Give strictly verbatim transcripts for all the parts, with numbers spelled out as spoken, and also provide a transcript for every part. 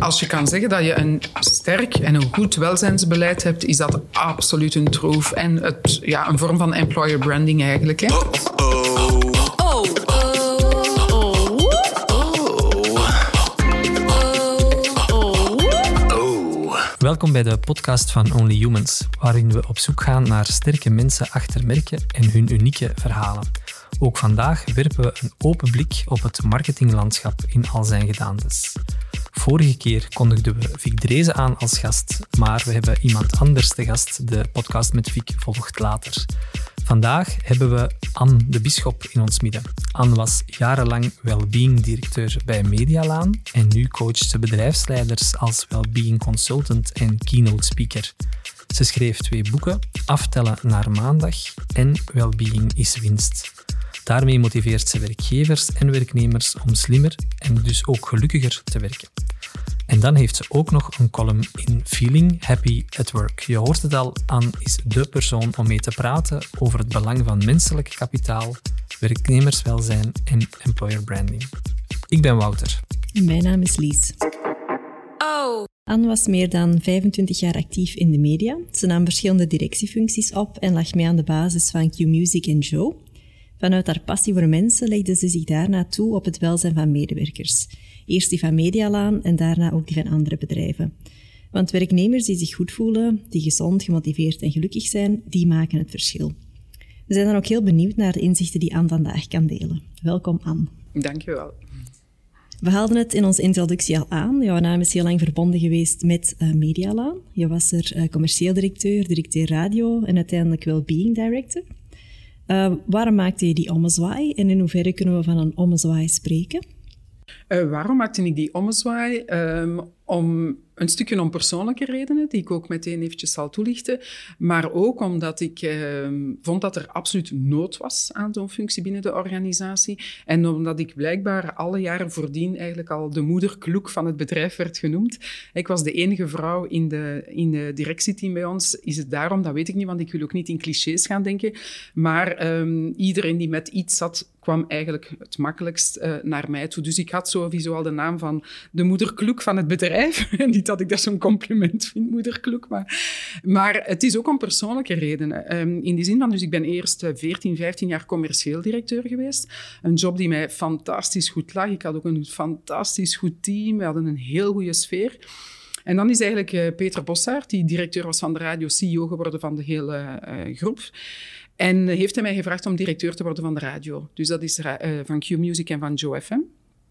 Als je kan zeggen dat je een sterk en een goed welzijnsbeleid hebt, is dat absoluut een troef. En het, ja, een vorm van employer branding eigenlijk. Hè? Oh, oh. Oh, oh. Oh. Welkom bij de podcast van Only Humans, waarin we op zoek gaan naar sterke mensen achter merken en hun unieke verhalen. Ook vandaag werpen we een open blik op het marketinglandschap in al zijn gedaantes. Vorige keer kondigden we Vic Dreesen aan als gast, maar we hebben iemand anders te gast. De podcast met Vic volgt later. Vandaag hebben we Anne de Bisschop in ons midden. Anne was jarenlang wellbeing-directeur bij Medialaan en nu coacht ze bedrijfsleiders als wellbeing consultant en keynote speaker. Ze schreef twee boeken, Aftellen naar maandag en Wellbeing is winst. Daarmee motiveert ze werkgevers en werknemers om slimmer en dus ook gelukkiger te werken. En dan heeft ze ook nog een column in Feeling Happy at Work. Je hoort het al, Anne is dé persoon om mee te praten over het belang van menselijk kapitaal, werknemerswelzijn en employer branding. Ik ben Wouter. En mijn naam is Lies. Oh. Anne was meer dan vijfentwintig jaar actief in de media. Ze nam verschillende directiefuncties op en lag mee aan de basis van Q-Music en Joe. Vanuit haar passie voor mensen legde ze zich daarna toe op het welzijn van medewerkers. Eerst die van Medialaan en daarna ook die van andere bedrijven. Want werknemers die zich goed voelen, die gezond, gemotiveerd en gelukkig zijn, die maken het verschil. We zijn dan ook heel benieuwd naar de inzichten die Anne vandaag kan delen. Welkom, Anne. Dank je wel. We haalden het in onze introductie al aan. Jouw naam is heel lang verbonden geweest met uh, Medialaan. Je was er uh, commercieel directeur, directeur radio en uiteindelijk wellbeing director. Uh, waarom maakte je die ommezwaai en in hoeverre kunnen we van een ommezwaai spreken? Uh, waarom maakte ik die ommezwaai? Um, om een stukje om persoonlijke redenen, die ik ook meteen eventjes zal toelichten. Maar ook omdat ik uh, vond dat er absoluut nood was aan zo'n functie binnen de organisatie. En omdat ik blijkbaar alle jaren voordien eigenlijk al de moederkloek van het bedrijf werd genoemd. Ik was de enige vrouw in de, in de directieteam bij ons. Is het daarom? Dat weet ik niet, want ik wil ook niet in clichés gaan denken. Maar um, iedereen die met iets zat, kwam eigenlijk het makkelijkst uh, naar mij toe. Dus ik had sowieso al de naam van de moederkloek van het bedrijf. Niet dat ik dat zo'n compliment vind, moederkloek, maar, maar het is ook om persoonlijke redenen. Um, in die zin van, dus ik ben eerst veertien, vijftien jaar commercieel directeur geweest. Een job die mij fantastisch goed lag. Ik had ook een fantastisch goed team. We hadden een heel goede sfeer. En dan is eigenlijk uh, Peter Bossaert, die directeur was van de radio, C E O geworden van de hele uh, groep. En uh, heeft hij mij gevraagd om directeur te worden van de radio. Dus dat is uh, van Q-Music en van Joe F M.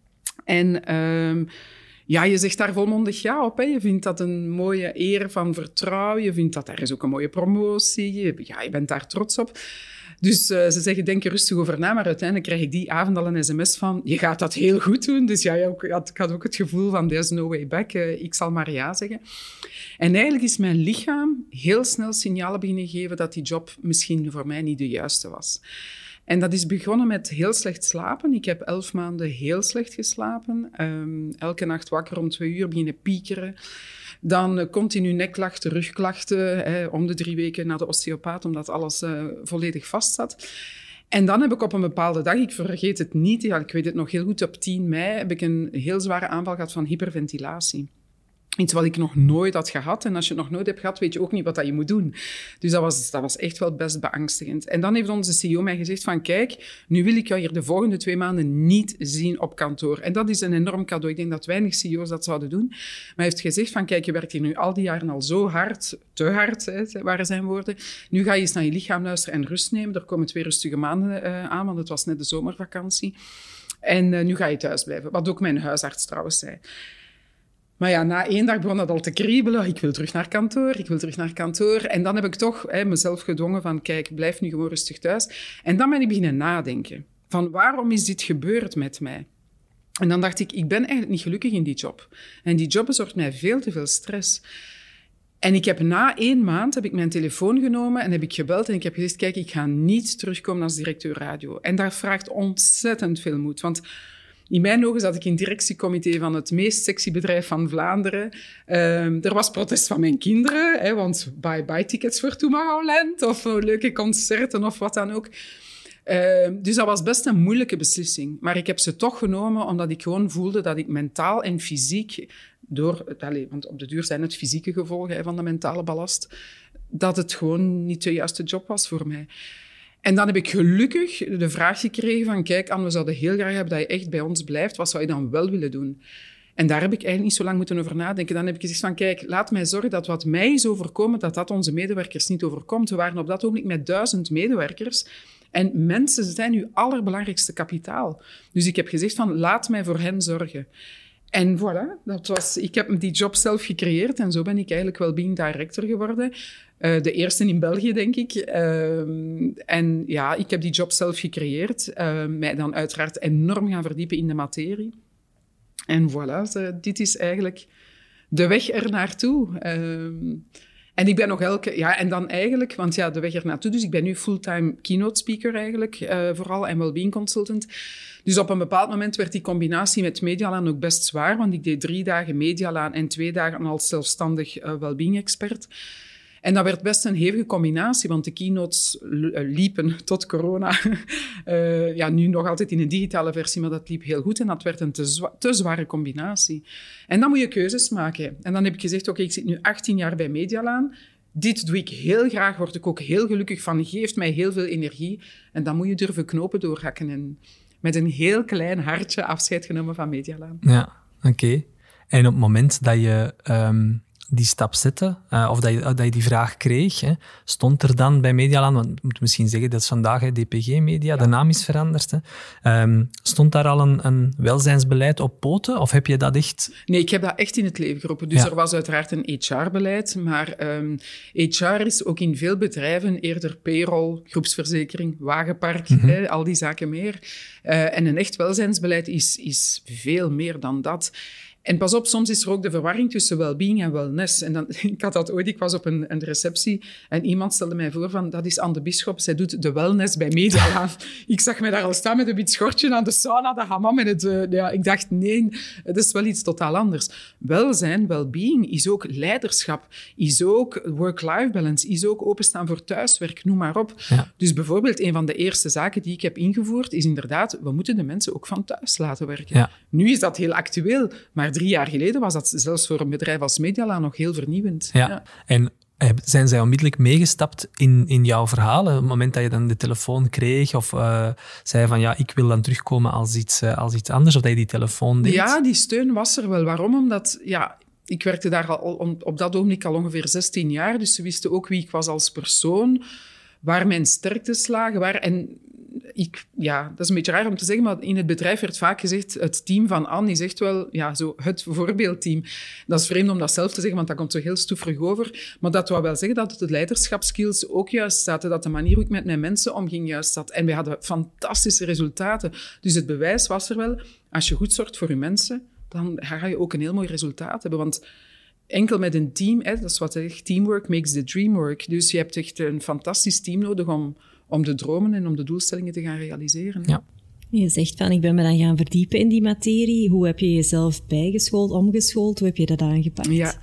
En... Um, Ja, je zegt daar volmondig ja op. Hè. Je vindt dat een mooie eer van vertrouwen. Je vindt dat er is ook een mooie promotie. Je, ja, je bent daar trots op. Dus uh, ze zeggen, denk er rustig over na. Maar uiteindelijk krijg ik die avond al een sms van, je gaat dat heel goed doen. Dus ja, ik had, ik had ook het gevoel van, there's no way back. Uh, ik zal maar ja zeggen. En eigenlijk is mijn lichaam heel snel signalen beginnen geven dat die job misschien voor mij niet de juiste was. En dat is begonnen met heel slecht slapen. Ik heb elf maanden heel slecht geslapen. Um, elke nacht wakker om twee uur beginnen piekeren. Dan uh, continu nekklachten, rugklachten. Hè, om de drie weken naar de osteopaat, omdat alles uh, volledig vast zat. En dan heb ik op een bepaalde dag, ik vergeet het niet, ja, ik weet het nog heel goed, op tien mei heb ik een heel zware aanval gehad van hyperventilatie. Iets wat ik nog nooit had gehad. En als je het nog nooit hebt gehad, weet je ook niet wat dat je moet doen. Dus dat was, dat was echt wel best beangstigend. En dan heeft onze C E O mij gezegd van, kijk, nu wil ik jou hier de volgende twee maanden niet zien op kantoor. En dat is een enorm cadeau. Ik denk dat weinig C E O's dat zouden doen. Maar hij heeft gezegd van, kijk, je werkt hier nu al die jaren al zo hard, te hard, hè, waren zijn woorden. Nu ga je eens naar je lichaam luisteren en rust nemen. Er komen twee rustige maanden uh, aan, want het was net de zomervakantie. En uh, nu ga je thuis blijven. Wat ook mijn huisarts trouwens zei. Maar ja, na één dag begon dat al te kriebelen. Ik wil terug naar kantoor, ik wil terug naar kantoor. En dan heb ik toch hè, mezelf gedwongen van, kijk, blijf nu gewoon rustig thuis. En dan ben ik beginnen nadenken. Van, waarom is dit gebeurd met mij? En dan dacht ik, ik ben eigenlijk niet gelukkig in die job. En die job bezorgt mij veel te veel stress. En ik heb na één maand heb ik mijn telefoon genomen en heb ik gebeld en ik heb gezegd, kijk, ik ga niet terugkomen als directeur radio. En dat vraagt ontzettend veel moed, want... In mijn ogen zat ik in het directiecomité van het meest sexy bedrijf van Vlaanderen. Um, er was protest van mijn kinderen, hè, want bye-bye tickets voor Tomorrowland of uh, leuke concerten of wat dan ook. Uh, dus dat was best een moeilijke beslissing. Maar ik heb ze toch genomen omdat ik gewoon voelde dat ik mentaal en fysiek door, allez, want op de duur zijn het fysieke gevolgen hè, van de mentale ballast, dat het gewoon niet de juiste job was voor mij. En dan heb ik gelukkig de vraag gekregen van, kijk Anne, we zouden heel graag hebben dat je echt bij ons blijft. Wat zou je dan wel willen doen? En daar heb ik eigenlijk niet zo lang moeten over nadenken. Dan heb ik gezegd van, kijk, laat mij zorgen dat wat mij is overkomen, dat dat onze medewerkers niet overkomt. We waren op dat ogenblik met duizend medewerkers. En mensen zijn uw allerbelangrijkste kapitaal. Dus ik heb gezegd van, laat mij voor hen zorgen. En voilà, dat was, ik heb die job zelf gecreëerd en zo ben ik eigenlijk Wellbeing Director geworden. Uh, de eerste in België, denk ik. Uh, en ja, ik heb die job zelf gecreëerd. Uh, mij dan uiteraard enorm gaan verdiepen in de materie. En voilà, zo, dit is eigenlijk de weg er naartoe. Uh, en ik ben nog elke... Ja, en dan eigenlijk... Want ja, de weg er naartoe. Dus ik ben nu fulltime keynote speaker eigenlijk, uh, vooral, en wellbeing consultant. Dus op een bepaald moment werd die combinatie met Medialaan ook best zwaar, want ik deed drie dagen Medialaan en twee dagen als zelfstandig uh, wellbeing expert. En dat werd best een hevige combinatie, want de keynotes liepen tot corona. uh, ja, nu nog altijd in een digitale versie, maar dat liep heel goed. En dat werd een te, zwa- te zware combinatie. En dan moet je keuzes maken. En dan heb ik gezegd, oké, okay, ik zit nu achttien jaar bij Medialaan. Dit doe ik heel graag, word ik ook heel gelukkig van. Geeft mij heel veel energie. En dan moet je durven knopen doorhakken. En met een heel klein hartje afscheid genomen van Medialaan. Ja, oké. Okay. En op het moment dat je... Um... die stap zette, uh, of dat je, dat je die vraag kreeg, hè, stond er dan bij Medialaan, want ik moet misschien zeggen, dat is vandaag hè, D P G Media, ja. De naam is veranderd. Hè. Um, stond daar al een, een welzijnsbeleid op poten, of heb je dat echt... Nee, ik heb dat echt in het leven geroepen. Dus ja. Er was uiteraard een H R-beleid, maar um, H R is ook in veel bedrijven eerder payroll, groepsverzekering, wagenpark, mm-hmm. hè, al die zaken meer. Uh, en een echt welzijnsbeleid is, is veel meer dan dat. En pas op, soms is er ook de verwarring tussen wellbeing en wellness. En dan, ik had dat ooit, ik was op een, een receptie en iemand stelde mij voor van, dat is Anne de Bisschop, zij doet de wellness bij Medialaan. Ik zag mij daar al staan met een wit schortje aan de sauna, de hammam. En het, uh, ja, ik dacht, nee, het is wel iets totaal anders. Welzijn, wellbeing, is ook leiderschap, is ook work-life balance, is ook openstaan voor thuiswerk, noem maar op. Ja. Dus bijvoorbeeld, een van de eerste zaken die ik heb ingevoerd, is inderdaad, we moeten de mensen ook van thuis laten werken. Ja. Nu is dat heel actueel, maar drie jaar geleden was dat zelfs voor een bedrijf als Medialaan nog heel vernieuwend. Ja, ja. En zijn zij onmiddellijk meegestapt in, in jouw verhalen? Op het moment dat je dan de telefoon kreeg of uh, zei van ja, ik wil dan terugkomen als iets, uh, als iets anders, of dat je die telefoon deed? Ja, die steun was er wel. Waarom? Omdat, ja, ik werkte daar al, op dat ogenblik al ongeveer zestien jaar, dus ze wisten ook wie ik was als persoon, waar mijn sterktes lagen, waar... En ik, ja, dat is een beetje raar om te zeggen, maar in het bedrijf werd vaak gezegd, het team van Anne is echt wel ja, zo het voorbeeldteam. Dat is vreemd om dat zelf te zeggen, want dat komt zo heel stoefrig over. Maar dat wou wel zeggen dat de leiderschapskills ook juist zaten, dat de manier hoe ik met mijn mensen omging juist zat. En we hadden fantastische resultaten. Dus het bewijs was er wel, als je goed zorgt voor je mensen, dan ga je ook een heel mooi resultaat hebben. Want enkel met een team, hè, dat is wat echt teamwork makes the dream work. Dus je hebt echt een fantastisch team nodig om... om de dromen en om de doelstellingen te gaan realiseren. Ja. Je zegt van, ik ben me dan gaan verdiepen in die materie. Hoe heb je jezelf bijgeschoold, omgeschoold? Hoe heb je dat aangepakt? Ja,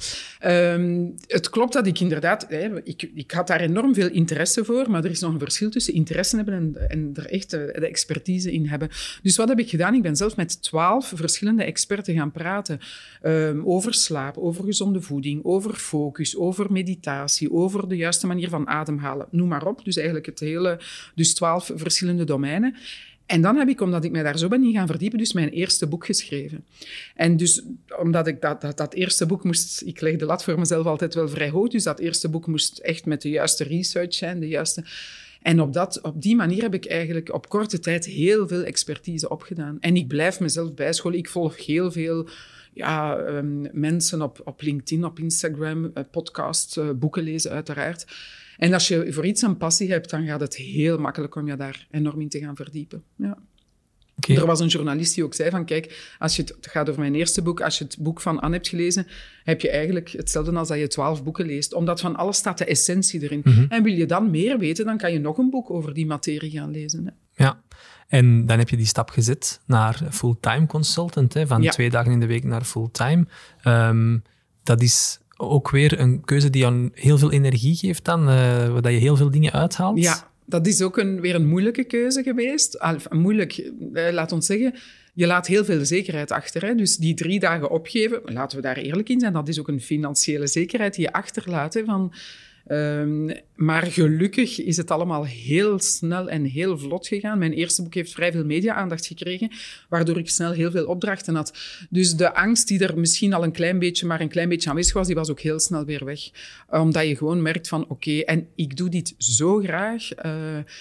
um, het klopt dat ik inderdaad... Hè, ik, ik had daar enorm veel interesse voor, maar er is nog een verschil tussen interesse hebben en, en er echt de, de expertise in hebben. Dus wat heb ik gedaan? Ik ben zelf met twaalf verschillende experten gaan praten. Um, over slaap, over gezonde voeding, over focus, over meditatie, over de juiste manier van ademhalen. Noem maar op. Dus eigenlijk het hele... Dus twaalf verschillende domeinen. En dan heb ik, omdat ik mij daar zo ben in gaan verdiepen, dus mijn eerste boek geschreven. En dus, omdat ik dat, dat, dat eerste boek moest... Ik leg de lat voor mezelf altijd wel vrij hoog, dus dat eerste boek moest echt met de juiste research zijn, de juiste... En op, dat, op die manier heb ik eigenlijk op korte tijd heel veel expertise opgedaan. En ik blijf mezelf bijscholen. Ik volg heel veel ja, um, mensen op, op LinkedIn, op Instagram, uh, podcasts, uh, boeken lezen uiteraard. En als je voor iets een passie hebt, dan gaat het heel makkelijk om je daar enorm in te gaan verdiepen. Ja. Okay. Er was een journalist die ook zei van, kijk, als je het, het gaat over mijn eerste boek, als je het boek van Anne hebt gelezen, heb je eigenlijk hetzelfde als dat je twaalf boeken leest. Omdat van alles staat de essentie erin. Mm-hmm. En wil je dan meer weten, dan kan je nog een boek over die materie gaan lezen. Hè. Ja, en dan heb je die stap gezet naar fulltime consultant, hè, van ja. twee dagen in de week naar fulltime. Um, dat is... ook weer een keuze die jou heel veel energie geeft dan, uh, dat je heel veel dingen uithaalt? Ja, dat is ook een, weer een moeilijke keuze geweest. Al, moeilijk, eh, laat ons zeggen, je laat heel veel zekerheid achter. Hè? Dus die drie dagen opgeven, laten we daar eerlijk in zijn, dat is ook een financiële zekerheid die je achterlaat. Hè? Van, um, maar gelukkig is het allemaal heel snel en heel vlot gegaan. Mijn eerste boek heeft vrij veel media-aandacht gekregen, waardoor ik snel heel veel opdrachten had. Dus de angst die er misschien al een klein beetje, maar een klein beetje aanwezig was, die was ook heel snel weer weg. Omdat je gewoon merkt van, oké, okay, en ik doe dit zo graag. Uh,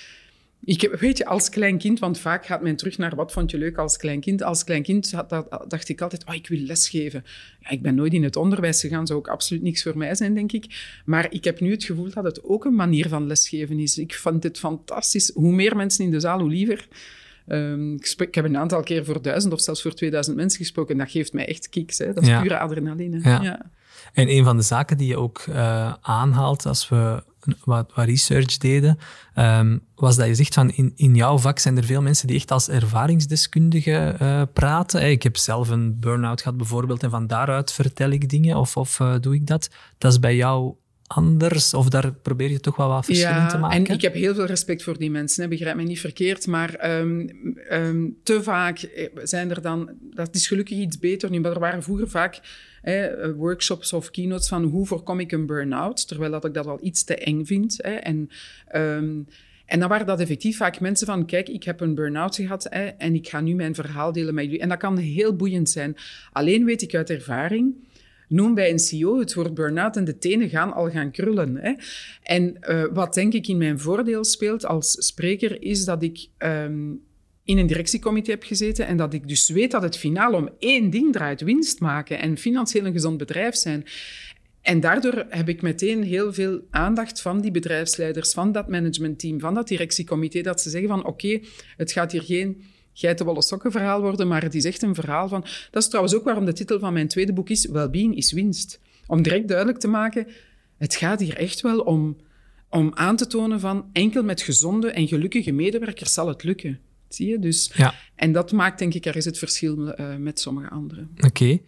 Ik heb, weet je, als klein kind, want vaak gaat men terug naar wat vond je leuk als klein kind. Als klein kind had, dat, dacht ik altijd, oh, ik wil lesgeven. Ja, ik ben nooit in het onderwijs gegaan, zou ook absoluut niks voor mij zijn, denk ik. Maar ik heb nu het gevoel dat het ook een manier van lesgeven is. Ik vind het fantastisch. Hoe meer mensen in de zaal, hoe liever. Um, ik, spreek, ik heb een aantal keer voor duizend of zelfs voor tweeduizend mensen gesproken. En dat geeft mij echt kicks. Hè. Dat is ja. pure adrenaline. Ja. Ja. En een van de zaken die je ook uh, aanhaalt als we wat, wat research deden, um, was dat je zegt van in, in jouw vak zijn er veel mensen die echt als ervaringsdeskundige uh, praten. Hey, ik heb zelf een burn-out gehad bijvoorbeeld en van daaruit vertel ik dingen of, of uh, doe ik dat. Dat is bij jou anders, of daar probeer je toch wel wat verschil ja, in te maken? En ik heb heel veel respect voor die mensen, hè. Begrijp me niet verkeerd, maar um, um, te vaak zijn er dan... Dat is gelukkig iets beter nu, maar er waren vroeger vaak hè, workshops of keynotes van hoe voorkom ik een burn-out, terwijl dat ik dat al iets te eng vind. Hè. En... Um, En dan waren dat effectief vaak mensen van, kijk, ik heb een burn-out gehad hè, en ik ga nu mijn verhaal delen met jullie. En dat kan heel boeiend zijn. Alleen weet ik uit ervaring, noem bij een C E O het woord burn-out en de tenen gaan al gaan krullen. Hè. En uh, wat denk ik in mijn voordeel speelt als spreker, is dat ik um, in een directiecomité heb gezeten en dat ik dus weet dat het finaal om één ding draait, winst maken en financieel een gezond bedrijf zijn. En daardoor heb ik meteen heel veel aandacht van die bedrijfsleiders, van dat managementteam, van dat directiecomité, dat ze zeggen van oké, okay, het gaat hier geen geitenwolle sokken verhaal worden, maar het is echt een verhaal van... Dat is trouwens ook waarom de titel van mijn tweede boek is Wellbeing is winst. Om direct duidelijk te maken, het gaat hier echt wel om, om aan te tonen van enkel met gezonde en gelukkige medewerkers zal het lukken. Zie je? Dus, ja. En dat maakt denk ik er is het verschil uh, met sommige anderen. Oké. Okay.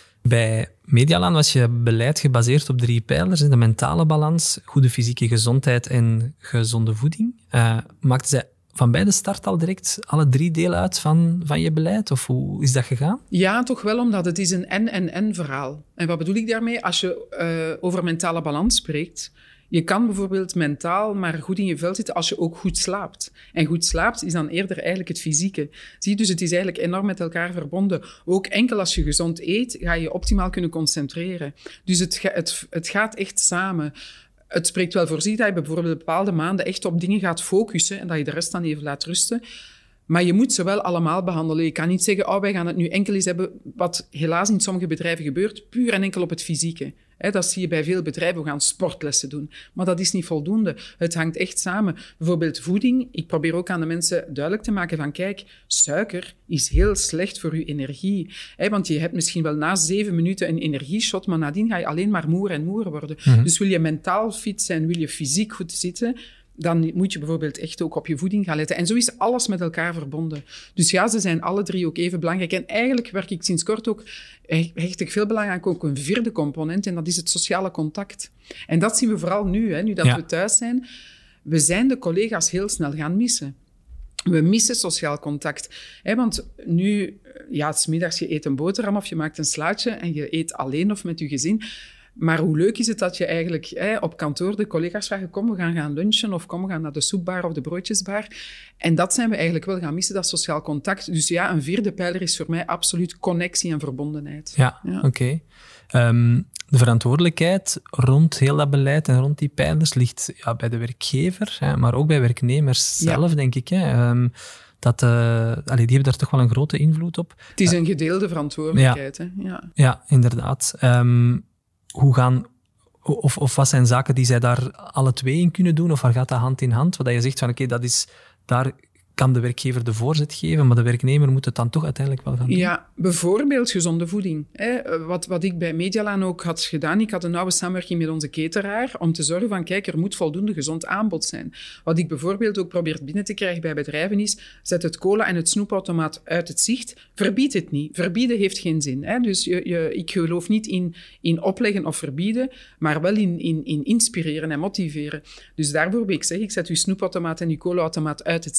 Bij Medialaan was je beleid gebaseerd op drie pijlers. De mentale balans, goede fysieke gezondheid en gezonde voeding. Uh, maakte zij van bij de start al direct alle drie deel uit van, van je beleid? Of hoe is dat gegaan? Ja, toch wel, omdat het is een en-en-en verhaal. En wat bedoel ik daarmee? Als je uh, over mentale balans spreekt... Je kan bijvoorbeeld mentaal maar goed in je vel zitten als je ook goed slaapt. En goed slaapt is dan eerder eigenlijk het fysieke. Zie, dus het is eigenlijk enorm met elkaar verbonden. Ook enkel als je gezond eet, ga je je optimaal kunnen concentreren. Dus het, ga, het, het gaat echt samen. Het spreekt wel voor zich dat je bijvoorbeeld bepaalde maanden echt op dingen gaat focussen en dat je de rest dan even laat rusten. Maar je moet ze wel allemaal behandelen. Je kan niet zeggen, oh, wij gaan het nu enkel eens hebben, wat helaas in sommige bedrijven gebeurt, puur en enkel op het fysieke. He, dat zie je bij veel bedrijven, we gaan sportlessen doen. Maar dat is niet voldoende. Het hangt echt samen. Bijvoorbeeld voeding. Ik probeer ook aan de mensen duidelijk te maken van, kijk, suiker is heel slecht voor je energie. He, want je hebt misschien wel na zeven minuten een energieshot, maar nadien ga je alleen maar moer en moer worden. Mm-hmm. Dus wil je mentaal fit zijn, wil je fysiek goed zitten... dan moet je bijvoorbeeld echt ook op je voeding gaan letten. En zo is alles met elkaar verbonden. Dus ja, ze zijn alle drie ook even belangrijk. En eigenlijk werk ik sinds kort ook, hecht ik veel belang aan ook een vierde component, en dat is het sociale contact. En dat zien we vooral nu, hè, nu dat ja. we thuis zijn. We zijn de collega's heel snel gaan missen. We missen sociaal contact. Hè, want nu, ja, 's middags je eet een boterham of je maakt een slaatje en je eet alleen of met je gezin. Maar hoe leuk is het dat je eigenlijk hè, op kantoor de collega's vraagt, kom, we gaan gaan lunchen of kom, we gaan naar de soepbar of de broodjesbar. En dat zijn we eigenlijk wel gaan missen, dat sociaal contact. Dus ja, een vierde pijler is voor mij absoluut connectie en verbondenheid. Ja, ja. oké. Okay. Um, de verantwoordelijkheid rond heel dat beleid en rond die pijlers ligt ja, bij de werkgever, hè, maar ook bij werknemers zelf, ja. denk ik. Hè. Um, Dat, uh, allee, die hebben daar toch wel een grote invloed op. Het is een gedeelde verantwoordelijkheid. Ja, hè? Ja. ja inderdaad. Um, Hoe gaan, of, of wat zijn zaken die zij daar alle twee in kunnen doen? Of waar gaat dat hand in hand? Wat je zegt van, oké, okay, dat is daar kan de werkgever de voorzet geven, maar de werknemer moet het dan toch uiteindelijk wel gaan doen. Ja, bijvoorbeeld gezonde voeding. Hè. Wat, wat ik bij Medialaan ook had gedaan, ik had een nauwe samenwerking met onze cateraar om te zorgen van, kijk, er moet voldoende gezond aanbod zijn. Wat ik bijvoorbeeld ook probeer binnen te krijgen bij bedrijven is, zet het cola en het snoepautomaat uit het zicht. Verbied het niet. Verbieden heeft geen zin. Hè. Dus je, je, ik geloof niet in, in opleggen of verbieden, maar wel in, in, in inspireren en motiveren. Dus daarvoor wil ik zeggen, ik zet uw snoepautomaat en uw colaautomaat uit het zicht, waar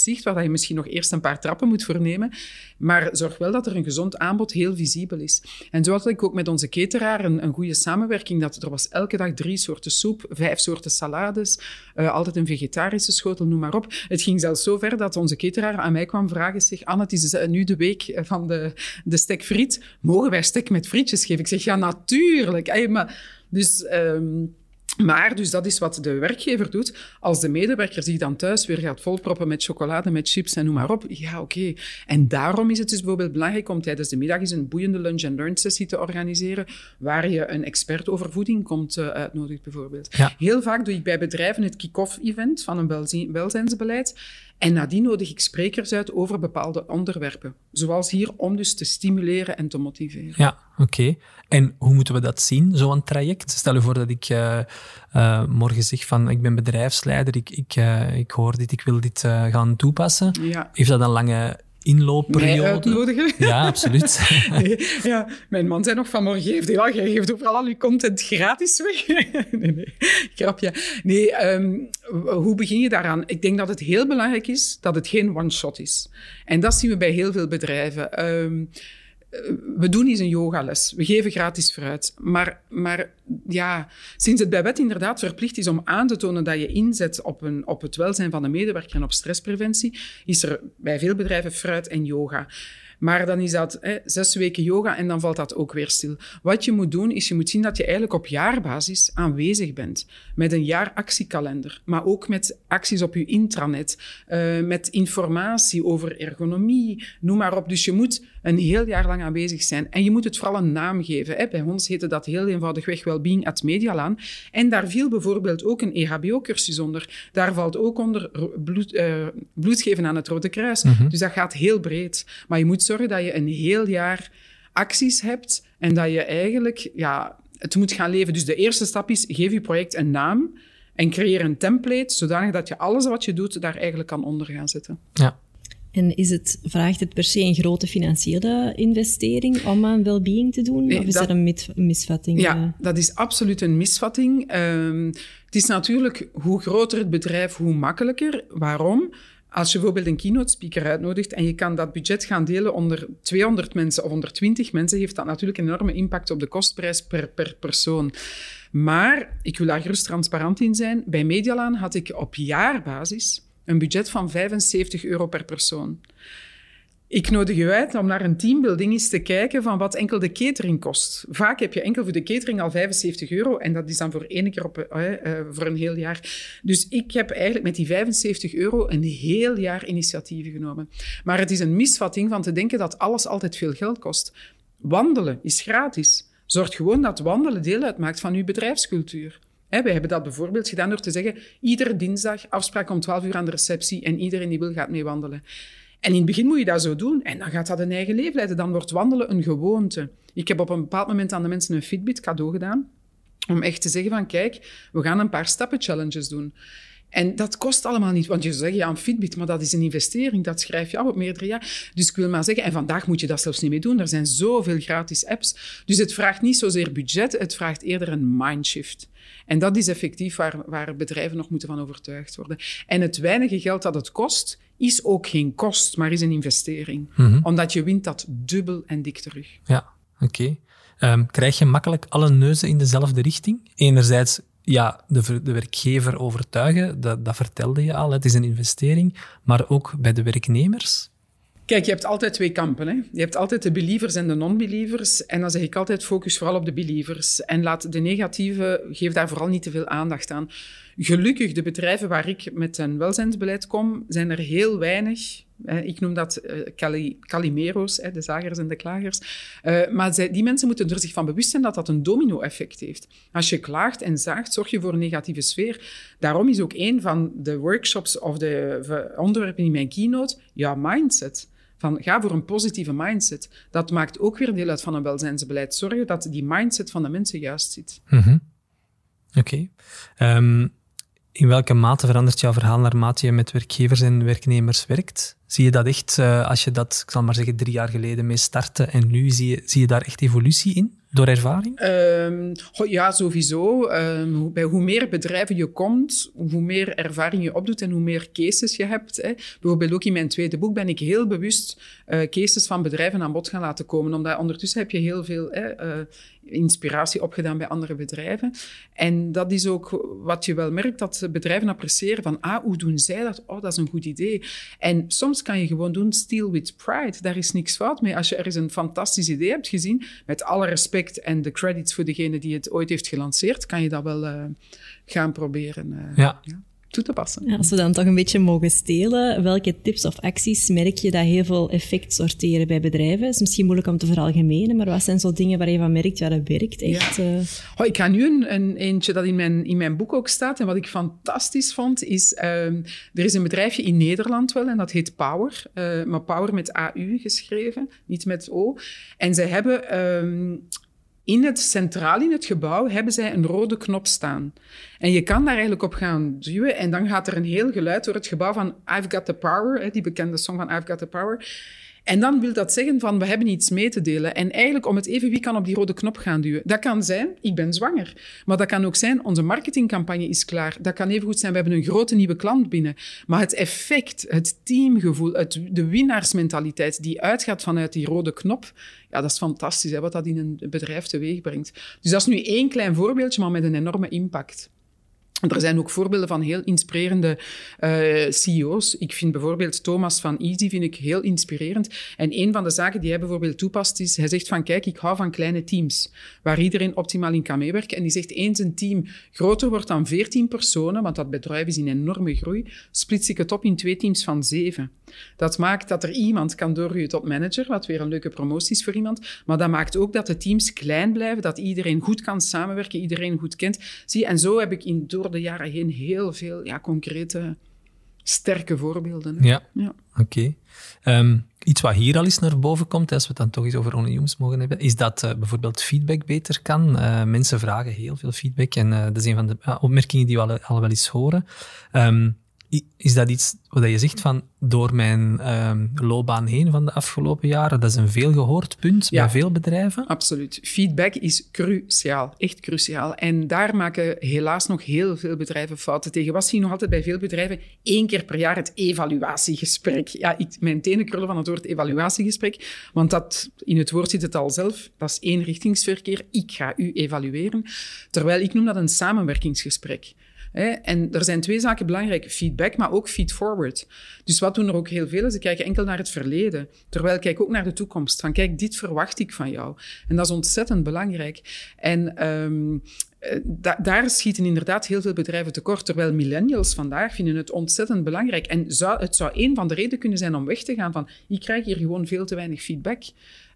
dat je misschien nog eerst een paar trappen moet vernemen. Maar zorg wel dat er een gezond aanbod heel visibel is. En zo had ik ook met onze cateraar een, een goede samenwerking. Dat er was elke dag drie soorten soep, vijf soorten salades, uh, altijd een vegetarische schotel, noem maar op. Het ging zelfs zo ver dat onze cateraar aan mij kwam vragen, zeg, Anne, het is nu de week van de, de stek friet. Mogen wij stek met frietjes geven? Ik zeg, ja, natuurlijk. Hey, maar, dus... Um, Maar, dus dat is wat de werkgever doet. Als de medewerker zich dan thuis weer gaat volproppen met chocolade, met chips en noem maar op, ja, oké. Okay. En daarom is het dus bijvoorbeeld belangrijk om tijdens de middag eens een boeiende lunch-and-learn-sessie te organiseren, waar je een expert over voeding komt uh, uitnodigt, bijvoorbeeld. Ja. Heel vaak doe ik bij bedrijven het kick-off-event van een welzijn, welzijnsbeleid. En nadien nodig ik sprekers uit over bepaalde onderwerpen. Zoals hier, om dus te stimuleren en te motiveren. Ja, oké. Okay. En hoe moeten we dat zien, zo'n traject? Stel je voor dat ik uh, uh, morgen zeg van, ik ben bedrijfsleider, ik, ik, uh, ik hoor dit, ik wil dit uh, gaan toepassen. Ja. Heeft dat een lange inloopperiode? Mij uitnodigen? Ja, absoluut. Nee, ja, mijn man zei nog vanmorgen, geeft, ja, jij geeft overal al je content gratis weg. nee, nee, grapje. Nee, um, hoe begin je daaraan? Ik denk dat het heel belangrijk is dat het geen one-shot is. En dat zien we bij heel veel bedrijven. Um, We doen eens een yogales. We geven gratis fruit. Maar, maar ja, sinds het bij wet inderdaad verplicht is om aan te tonen dat je inzet op, een, op het welzijn van de medewerker en op stresspreventie, is er bij veel bedrijven fruit en yoga. Maar dan is dat hè, zes weken yoga en dan valt dat ook weer stil. Wat je moet doen, is je moet zien dat je eigenlijk op jaarbasis aanwezig bent. Met een jaaractiekalender, maar ook met acties op je intranet, uh, met informatie over ergonomie, noem maar op. Dus je moet een heel jaar lang aanwezig zijn. En je moet het vooral een naam geven. Hè. Bij ons heette dat heel eenvoudigweg Wellbeing at Medialaan. En daar viel bijvoorbeeld ook een E H B O-cursus onder. Daar valt ook onder bloed, uh, bloed geven aan het Rode Kruis. Mm-hmm. Dus dat gaat heel breed. Maar je moet zorgen dat je een heel jaar acties hebt en dat je eigenlijk ja, het moet gaan leven. Dus de eerste stap is, geef je project een naam en creëer een template, zodanig dat je alles wat je doet daar eigenlijk kan onder gaan zetten. Ja. En is het, vraagt het per se een grote financiële investering om aan well-being te doen? Nee, of is dat, dat een, mit, een misvatting? Ja, dat is absoluut een misvatting. Um, het is natuurlijk, hoe groter het bedrijf, hoe makkelijker. Waarom? Als je bijvoorbeeld een keynote speaker uitnodigt en je kan dat budget gaan delen onder tweehonderd mensen of onder twintig mensen, heeft dat natuurlijk een enorme impact op de kostprijs per, per persoon. Maar, ik wil daar gerust transparant in zijn, bij Medialaan had ik op jaarbasis een budget van vijfenzeventig euro per persoon. Ik nodig je uit om naar een teambuilding eens te kijken van wat enkel de catering kost. Vaak heb je enkel voor de catering al vijfenzeventig euro en dat is dan voor één keer op, uh, uh, voor een heel jaar. Dus ik heb eigenlijk met die vijfenzeventig euro een heel jaar initiatieven genomen. Maar het is een misvatting van te denken dat alles altijd veel geld kost. Wandelen is gratis. Zorg gewoon dat wandelen deel uitmaakt van uw bedrijfscultuur. He, wij hebben dat bijvoorbeeld gedaan door te zeggen, iedere dinsdag afspraak om twaalf uur aan de receptie en iedereen die wil gaat mee wandelen. En in het begin moet je dat zo doen en dan gaat dat een eigen leven leiden. Dan wordt wandelen een gewoonte. Ik heb op een bepaald moment aan de mensen een Fitbit cadeau gedaan om echt te zeggen van, kijk, we gaan een paar stappen-challenges doen. En dat kost allemaal niet, want je zou zeggen, ja, een Fitbit, maar dat is een investering, dat schrijf je af op meerdere jaar. Dus ik wil maar zeggen, en vandaag moet je dat zelfs niet meer doen, er zijn zoveel gratis apps. Dus het vraagt niet zozeer budget, het vraagt eerder een mindshift. En dat is effectief waar, waar bedrijven nog moeten van overtuigd worden. En het weinige geld dat het kost, is ook geen kost, maar is een investering. Mm-hmm. Omdat je wint dat dubbel en dik terug. Ja, oké. Okay. Um, krijg je makkelijk alle neuzen in dezelfde richting? Enerzijds, ja, de, de werkgever overtuigen, dat, dat vertelde je al, het is een investering, maar ook bij de werknemers? Kijk, je hebt altijd twee kampen. Hè? Je hebt altijd de believers en de non-believers. En dan zeg ik altijd, focus vooral op de believers. En laat de negatieve, geef daar vooral niet te veel aandacht aan. Gelukkig, de bedrijven waar ik met een welzijnsbeleid kom, zijn er heel weinig. Ik noem dat uh, Calimero's, de zagers en de klagers. Uh, maar zij, die mensen moeten er zich van bewust zijn dat dat een domino-effect heeft. Als je klaagt en zaagt, zorg je voor een negatieve sfeer. Daarom is ook een van de workshops of de onderwerpen in mijn keynote, ja, mindset. Van, ga voor een positieve mindset. Dat maakt ook weer deel uit van een welzijnsbeleid. Zorgen dat die mindset van de mensen juist zit. Mm-hmm. Oké. Okay. Um, In welke mate verandert jouw verhaal naarmate je met werkgevers en werknemers werkt? Zie je dat echt, uh, als je dat, ik zal maar zeggen, drie jaar geleden mee startte en nu, zie je, zie je daar echt evolutie in, door ervaring? Um, ja, sowieso. Um, bij hoe meer bedrijven je komt, hoe meer ervaring je opdoet en hoe meer cases je hebt. Hè. Bijvoorbeeld ook in mijn tweede boek ben ik heel bewust uh, cases van bedrijven aan bod gaan laten komen, omdat ondertussen heb je heel veel hè, uh, inspiratie opgedaan bij andere bedrijven. En dat is ook wat je wel merkt, dat bedrijven appreciëren van, ah, hoe doen zij dat? Oh, dat is een goed idee. En soms kan je gewoon doen, steal with pride. Daar is niks fout mee. Als je ergens een fantastisch idee hebt gezien, met alle respect en de credits voor degene die het ooit heeft gelanceerd, kan je dat wel uh, gaan proberen uh, ja. Ja, toe te passen. Ja, als we dan toch een beetje mogen stelen, welke tips of acties merk je dat heel veel effect sorteren bij bedrijven? Het is misschien moeilijk om te veralgemenen, maar wat zijn zo dingen waar je van merkt, ja, dat werkt echt? Ja. Uh... Oh, ik ga nu een, een eentje dat in mijn, in mijn boek ook staat en wat ik fantastisch vond, is um, er is een bedrijfje in Nederland wel en dat heet Power, uh, maar Power met A U geschreven, niet met O. En zij hebben... Um, In het centraal in het gebouw hebben zij een rode knop staan. En je kan daar eigenlijk op gaan duwen en dan gaat er een heel geluid door het gebouw van I've Got the Power, die bekende song van I've Got the Power. En dan wil dat zeggen van, we hebben iets mee te delen. En eigenlijk om het even, wie kan op die rode knop gaan duwen? Dat kan zijn, ik ben zwanger. Maar dat kan ook zijn, onze marketingcampagne is klaar. Dat kan even goed zijn, we hebben een grote nieuwe klant binnen. Maar het effect, het teamgevoel, het, de winnaarsmentaliteit die uitgaat vanuit die rode knop, ja, dat is fantastisch, hè, wat dat in een bedrijf teweeg brengt. Dus dat is nu één klein voorbeeldje, maar met een enorme impact. Er zijn ook voorbeelden van heel inspirerende uh, C E O's. Ik vind bijvoorbeeld Thomas van Easy vind ik heel inspirerend. En een van de zaken die hij bijvoorbeeld toepast is, hij zegt van kijk, ik hou van kleine teams, waar iedereen optimaal in kan meewerken. En die zegt, eens een team groter wordt dan veertien personen, want dat bedrijf is in enorme groei, splits ik het op in twee teams van zeven. Dat maakt dat er iemand kan doorgroeien tot manager, wat weer een leuke promotie is voor iemand. Maar dat maakt ook dat de teams klein blijven, dat iedereen goed kan samenwerken, iedereen goed kent. Zie, en zo heb ik in, door de jaren heen heel veel ja, concrete, sterke voorbeelden. Hè. Ja, ja. oké. Okay. Um, iets wat hier al eens naar boven komt, als we het dan toch eens over Only Humans mogen hebben, is dat uh, bijvoorbeeld feedback beter kan. Uh, mensen vragen heel veel feedback en uh, dat is een van de uh, opmerkingen die we al, al wel eens horen. Um, Is dat iets wat je zegt van door mijn um, loopbaan heen van de afgelopen jaren? Dat is een veel gehoord punt ja, bij veel bedrijven? Absoluut. Feedback is cruciaal, echt cruciaal. En daar maken helaas nog heel veel bedrijven fouten tegen. Wat zie je nog altijd bij veel bedrijven? Eén keer per jaar het evaluatiegesprek. Ja, ik, mijn tenen krullen van het woord evaluatiegesprek, want dat, in het woord zit het al zelf. Dat is eenrichtingsverkeer. Ik ga u evalueren. Terwijl ik noem dat een samenwerkingsgesprek. He, en er zijn twee zaken belangrijk. Feedback, maar ook feedforward. Dus wat doen er ook heel veel? Ze kijken enkel naar het verleden. Terwijl ik kijk ook naar de toekomst. Van kijk, dit verwacht ik van jou. En dat is ontzettend belangrijk. En um, da- daar schieten inderdaad heel veel bedrijven tekort. Terwijl millennials vandaag vinden het ontzettend belangrijk. En zou, het zou een van de redenen kunnen zijn om weg te gaan van ik krijg hier gewoon veel te weinig feedback.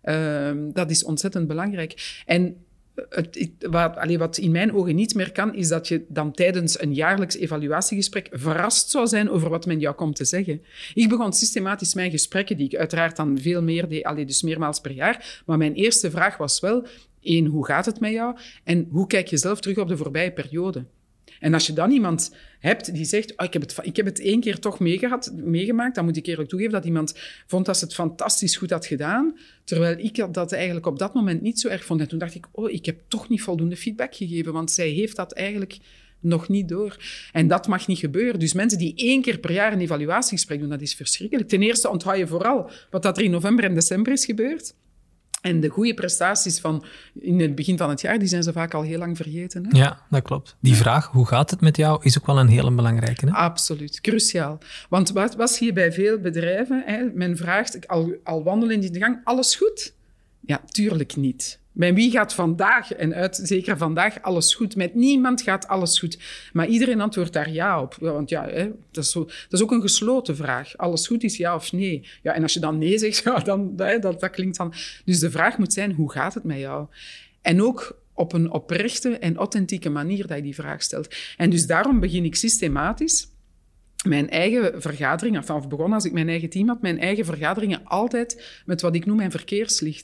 Um, dat is ontzettend belangrijk. En Het, het, wat, allee, wat in mijn ogen niet meer kan, is dat je dan tijdens een jaarlijks evaluatiegesprek verrast zou zijn over wat men jou komt te zeggen. Ik begon systematisch mijn gesprekken, die ik uiteraard dan veel meer deed, allee, dus meermaals per jaar, maar mijn eerste vraag was wel, één, hoe gaat het met jou? En hoe kijk je zelf terug op de voorbije periode? En als je dan iemand hebt die zegt, oh, ik, heb het, ik heb het één keer toch meegehad, meegemaakt, dan moet ik eerlijk toegeven dat iemand vond dat ze het fantastisch goed had gedaan, terwijl ik dat eigenlijk op dat moment niet zo erg vond. En toen dacht ik, oh, ik heb toch niet voldoende feedback gegeven, want zij heeft dat eigenlijk nog niet door. En dat mag niet gebeuren. Dus mensen die één keer per jaar een evaluatiegesprek doen, dat is verschrikkelijk. Ten eerste onthoud je vooral wat dat er in november en december is gebeurd. En de goede prestaties van in het begin van het jaar, die zijn ze vaak al heel lang vergeten. Hè? Ja, dat klopt. Die ja. vraag, hoe gaat het met jou, is ook wel een hele belangrijke. Hè? Absoluut, cruciaal. Want wat, wat zie je bij veel bedrijven? Hè? Men vraagt, al, al wandelen in de gang, alles goed? Ja, tuurlijk niet. Bij wie gaat vandaag, en uit, zeker vandaag, alles goed? Met niemand gaat alles goed. Maar iedereen antwoordt daar ja op. Want ja, hè, dat, is zo, dat is ook een gesloten vraag. Alles goed is ja of nee. Ja, en als je dan nee zegt, ja, dan, hè, dat, dat klinkt dan... Dus de vraag moet zijn, hoe gaat het met jou? En ook op een oprechte en authentieke manier dat je die vraag stelt. En dus daarom begin ik systematisch mijn eigen vergaderingen, of begon als ik mijn eigen team had, mijn eigen vergaderingen altijd met wat ik noem mijn verkeerslicht.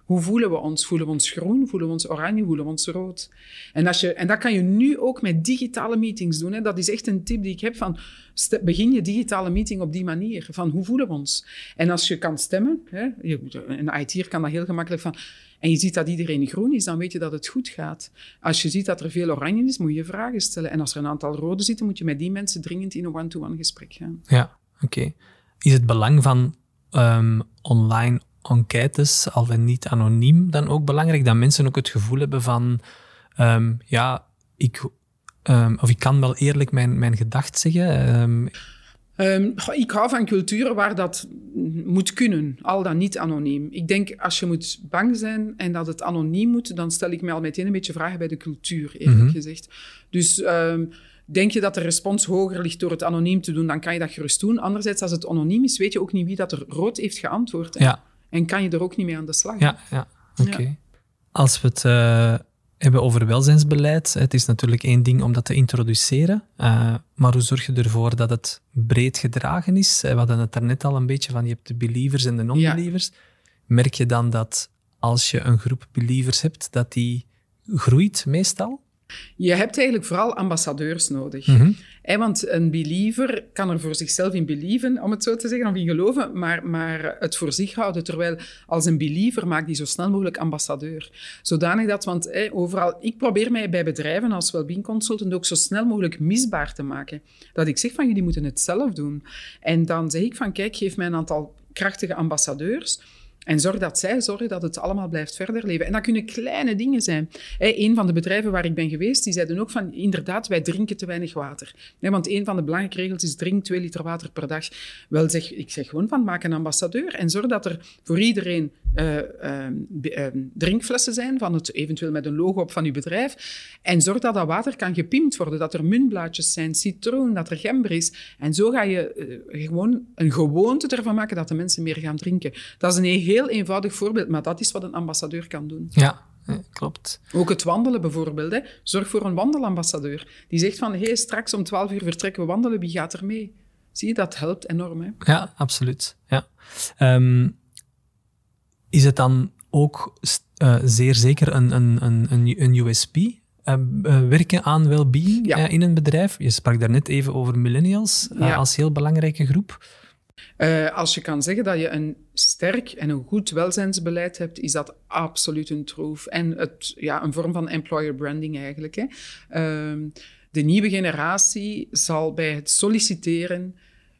Hoe voelen we ons? Voelen we ons groen? Voelen we ons oranje? Voelen we ons rood? En, als je, en dat kan je nu ook met digitale meetings doen. Hè. Dat is echt een tip die ik heb van... St- begin je digitale meeting op die manier. Van hoe voelen we ons? En als je kan stemmen... Hè, je, een I T'er kan dat heel gemakkelijk van... En je ziet dat iedereen groen is, dan weet je dat het goed gaat. Als je ziet dat er veel oranje is, moet je vragen stellen. En als er een aantal rode zitten, moet je met die mensen dringend in een one-to-one gesprek gaan. Ja, oké. Okay. Is het belang van um, online enquêtes, al dan niet anoniem, dan ook belangrijk? Dat mensen ook het gevoel hebben van... Um, ja, ik, um, of ik kan wel eerlijk mijn, mijn gedacht zeggen... Um, Um, ik hou van culturen waar dat moet kunnen, al dan niet anoniem. Ik denk, als je moet bang zijn en dat het anoniem moet, dan stel ik me al meteen een beetje vragen bij de cultuur, eerlijk mm-hmm. gezegd. Dus um, denk je dat de respons hoger ligt door het anoniem te doen, dan kan je dat gerust doen. Anderzijds, als het anoniem is, weet je ook niet wie dat er rood heeft geantwoord. Hè? Ja. En kan je er ook niet mee aan de slag. Ja, ja. oké. Okay. Ja. Als we het... Uh... hebben over welzijnsbeleid. Het is natuurlijk één ding om dat te introduceren, uh, maar hoe zorg je ervoor dat het breed gedragen is? We hadden het daarnet al een beetje van, je hebt de believers en de non-believers. Ja. Merk je dan dat als je een groep believers hebt, dat die groeit meestal? Je hebt eigenlijk vooral ambassadeurs nodig. Mm-hmm. He, want een believer kan er voor zichzelf in believen, om het zo te zeggen, of in geloven, maar, maar het voor zich houden. Terwijl als een believer maakt die zo snel mogelijk ambassadeur. Zodanig dat, want he, overal... Ik probeer mij bij bedrijven als wellbeing consultant ook zo snel mogelijk misbaar te maken. Dat ik zeg van, jullie moeten het zelf doen. En dan zeg ik van, kijk, geef mij een aantal krachtige ambassadeurs... En zorg dat zij zorgen dat het allemaal blijft verder leven. En dat kunnen kleine dingen zijn. Hey, een van de bedrijven waar ik ben geweest, die zeiden ook van, inderdaad, wij drinken te weinig water. Nee, want een van de belangrijke regels is, drink twee liter water per dag. Wel, zeg, ik zeg gewoon van, maak een ambassadeur en zorg dat er voor iedereen uh, uh, uh, drinkflessen zijn, van het, eventueel met een logo op van uw bedrijf. En zorg dat dat water kan gepimpt worden, dat er muntblaadjes zijn, citroen, dat er gember is. En zo ga je uh, gewoon een gewoonte ervan maken dat de mensen meer gaan drinken. Dat is een heel Heel eenvoudig voorbeeld, maar dat is wat een ambassadeur kan doen. Ja, klopt. Ook het wandelen bijvoorbeeld. Hè. Zorg voor een wandelambassadeur. Die zegt van, hé, hey, straks om twaalf uur vertrekken we wandelen, wie gaat er mee? Zie je, dat helpt enorm. Hè? Ja, absoluut. Ja. Um, is het dan ook uh, zeer zeker een, een, een, een U S P? Uh, uh, werken aan well-being ja. uh, in een bedrijf? Je sprak daarnet even over millennials uh, ja. als heel belangrijke groep. Uh, als je kan zeggen dat je een sterk en een goed welzijnsbeleid hebt, is dat absoluut een troef. En het, ja, een vorm van employer branding eigenlijk. Hè. Uh, de nieuwe generatie zal bij het solliciteren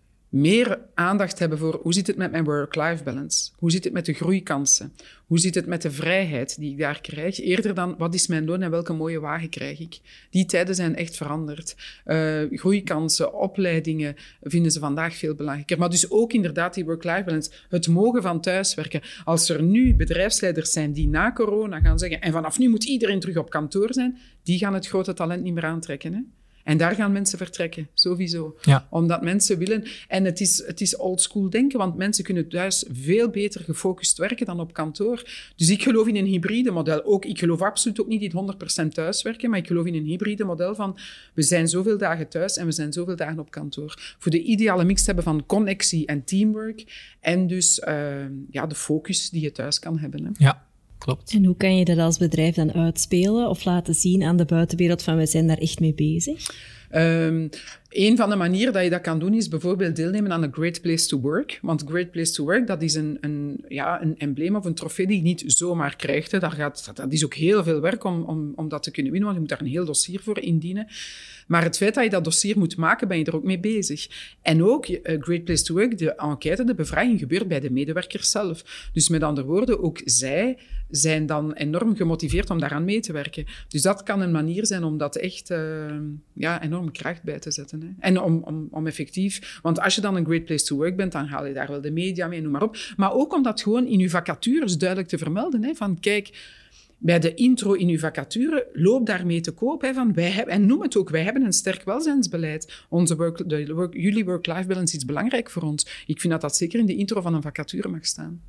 meer aandacht hebben voor hoe zit het met mijn work-life balance? Hoe zit het met de groeikansen? Hoe zit het met de vrijheid die ik daar krijg? Eerder dan, wat is mijn loon en welke mooie wagen krijg ik? Die tijden zijn echt veranderd. Uh, groeikansen, opleidingen vinden ze vandaag veel belangrijker. Maar dus ook inderdaad die work-life balance. Het mogen van thuiswerken. Als er nu bedrijfsleiders zijn die na corona gaan zeggen en vanaf nu moet iedereen terug op kantoor zijn, die gaan het grote talent niet meer aantrekken, hè? En daar gaan mensen vertrekken, sowieso. Ja. Omdat mensen willen... En het is, het is oldschool denken, want mensen kunnen thuis veel beter gefocust werken dan op kantoor. Dus ik geloof in een hybride model. Ook, ik geloof absoluut ook niet in honderd procent thuiswerken, maar ik geloof in een hybride model van we zijn zoveel dagen thuis en we zijn zoveel dagen op kantoor. Voor de ideale mix hebben van connectie en teamwork en dus uh, ja, de focus die je thuis kan hebben. Hè. Ja. Klopt. En hoe kan je dat als bedrijf dan uitspelen of laten zien aan de buitenwereld van we zijn daar echt mee bezig? Um, een van de manieren dat je dat kan doen is bijvoorbeeld deelnemen aan een Great Place to Work. Want Great Place to Work, dat is een, een, ja, een embleem of een trofee die je niet zomaar krijgt. Hè. Dat, gaat, dat is ook heel veel werk om, om, om dat te kunnen winnen, want je moet daar een heel dossier voor indienen. Maar het feit dat je dat dossier moet maken, ben je er ook mee bezig. En ook, uh, Great Place to Work, de enquête, de bevraging gebeurt bij de medewerkers zelf. Dus met andere woorden, ook zij zijn dan enorm gemotiveerd om daaraan mee te werken. Dus dat kan een manier zijn om dat echt uh, ja, enorm kracht bij te zetten. Hè. En om, om, om effectief... Want als je dan een Great Place to Work bent, dan haal je daar wel de media mee, noem maar op. Maar ook om dat gewoon in je vacatures duidelijk te vermelden. Hè, van kijk... Bij de intro in uw vacature, loop daarmee te koop. Hè, van wij hebben, en noem het ook, wij hebben een sterk welzijnsbeleid. Onze work, de work, jullie work-life balance is belangrijk voor ons. Ik vind dat dat zeker in de intro van een vacature mag staan.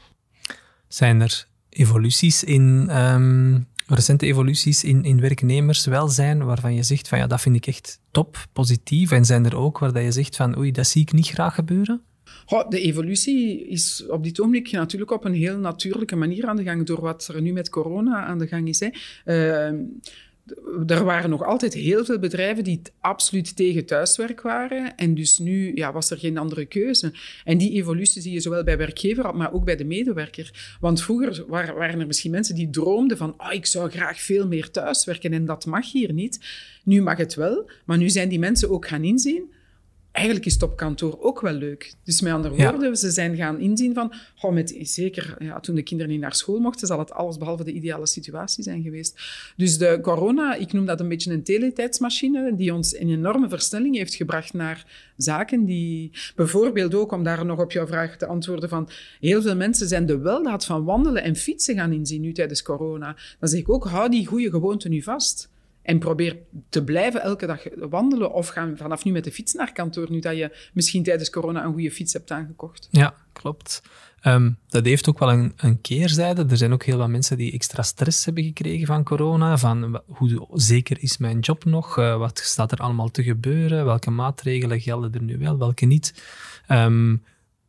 Zijn er evoluties in, um, recente evoluties in, in werknemerswelzijn waarvan je zegt van ja, dat vind ik echt top, positief. En zijn er ook waar dat je zegt van oei, dat zie ik niet graag gebeuren? Goh, de evolutie is op dit ogenblik natuurlijk op een heel natuurlijke manier aan de gang door wat er nu met corona aan de gang is. Hè. Uh, Er waren nog altijd heel veel bedrijven die absoluut tegen thuiswerk waren. En dus nu ja, was er geen andere keuze. En die evolutie zie je zowel bij werkgever, maar ook bij de medewerker. Want vroeger waren er misschien mensen die droomden van oh, ik zou graag veel meer thuiswerken en dat mag hier niet. Nu mag het wel, maar nu zijn die mensen ook gaan inzien. Eigenlijk is het op kantoor ook wel leuk. Dus met andere woorden, ja. ze zijn gaan inzien van... Oh, met, zeker ja, toen de kinderen niet naar school mochten, zal het alles behalve de ideale situatie zijn geweest. Dus de corona, ik noem dat een beetje een teletijdsmachine, die ons een enorme versnelling heeft gebracht naar zaken die... Bijvoorbeeld ook, om daar nog op jouw vraag te antwoorden, van heel veel mensen zijn de weldaad van wandelen en fietsen gaan inzien nu tijdens corona. Dan zeg ik ook, hou die goede gewoonte nu vast. En probeer te blijven elke dag wandelen of gaan vanaf nu met de fiets naar kantoor, nu dat je misschien tijdens corona een goede fiets hebt aangekocht. Ja, klopt. Um, dat heeft ook wel een, een keerzijde. Er zijn ook heel wat mensen die extra stress hebben gekregen van corona. Van hoe zeker is mijn job nog? Uh, wat staat er allemaal te gebeuren? Welke maatregelen gelden er nu wel, welke niet? Um,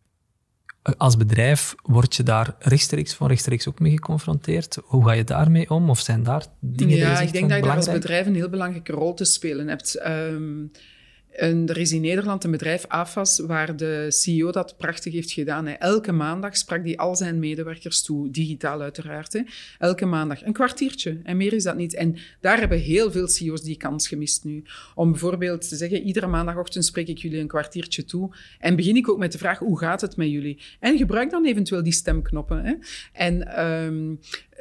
Als bedrijf word je daar rechtstreeks van rechtstreeks ook mee geconfronteerd. Hoe ga je daarmee om? Of zijn daar dingen ja, die je zegt ik denk van dat je daar als belangrijk? bedrijf een heel belangrijke rol te spelen hebt. Um, en er is in Nederland een bedrijf, A F A S, waar de C E O dat prachtig heeft gedaan. Hè. Elke maandag sprak hij al zijn medewerkers toe, digitaal uiteraard. Hè. Elke maandag, een kwartiertje. En meer is dat niet. En daar hebben heel veel C E O's die kans gemist nu. Om bijvoorbeeld te zeggen, iedere maandagochtend spreek ik jullie een kwartiertje toe. En begin ik ook met de vraag, hoe gaat het met jullie? En gebruik dan eventueel die stemknoppen. Hè. En... Um,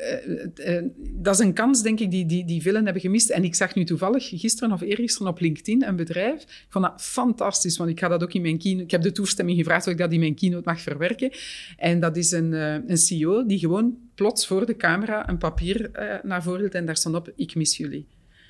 Uh, uh, dat is een kans, denk ik, die, die, die velen hebben gemist. En ik zag nu toevallig gisteren of eergisteren op LinkedIn een bedrijf. Ik vond dat fantastisch, want ik ga dat ook in mijn keynote... Ik heb de toestemming gevraagd of ik dat in mijn keynote mag verwerken. En dat is een, uh, een C E O die gewoon plots voor de camera een papier uh, naar voren hield en daar stond op, ik mis jullie.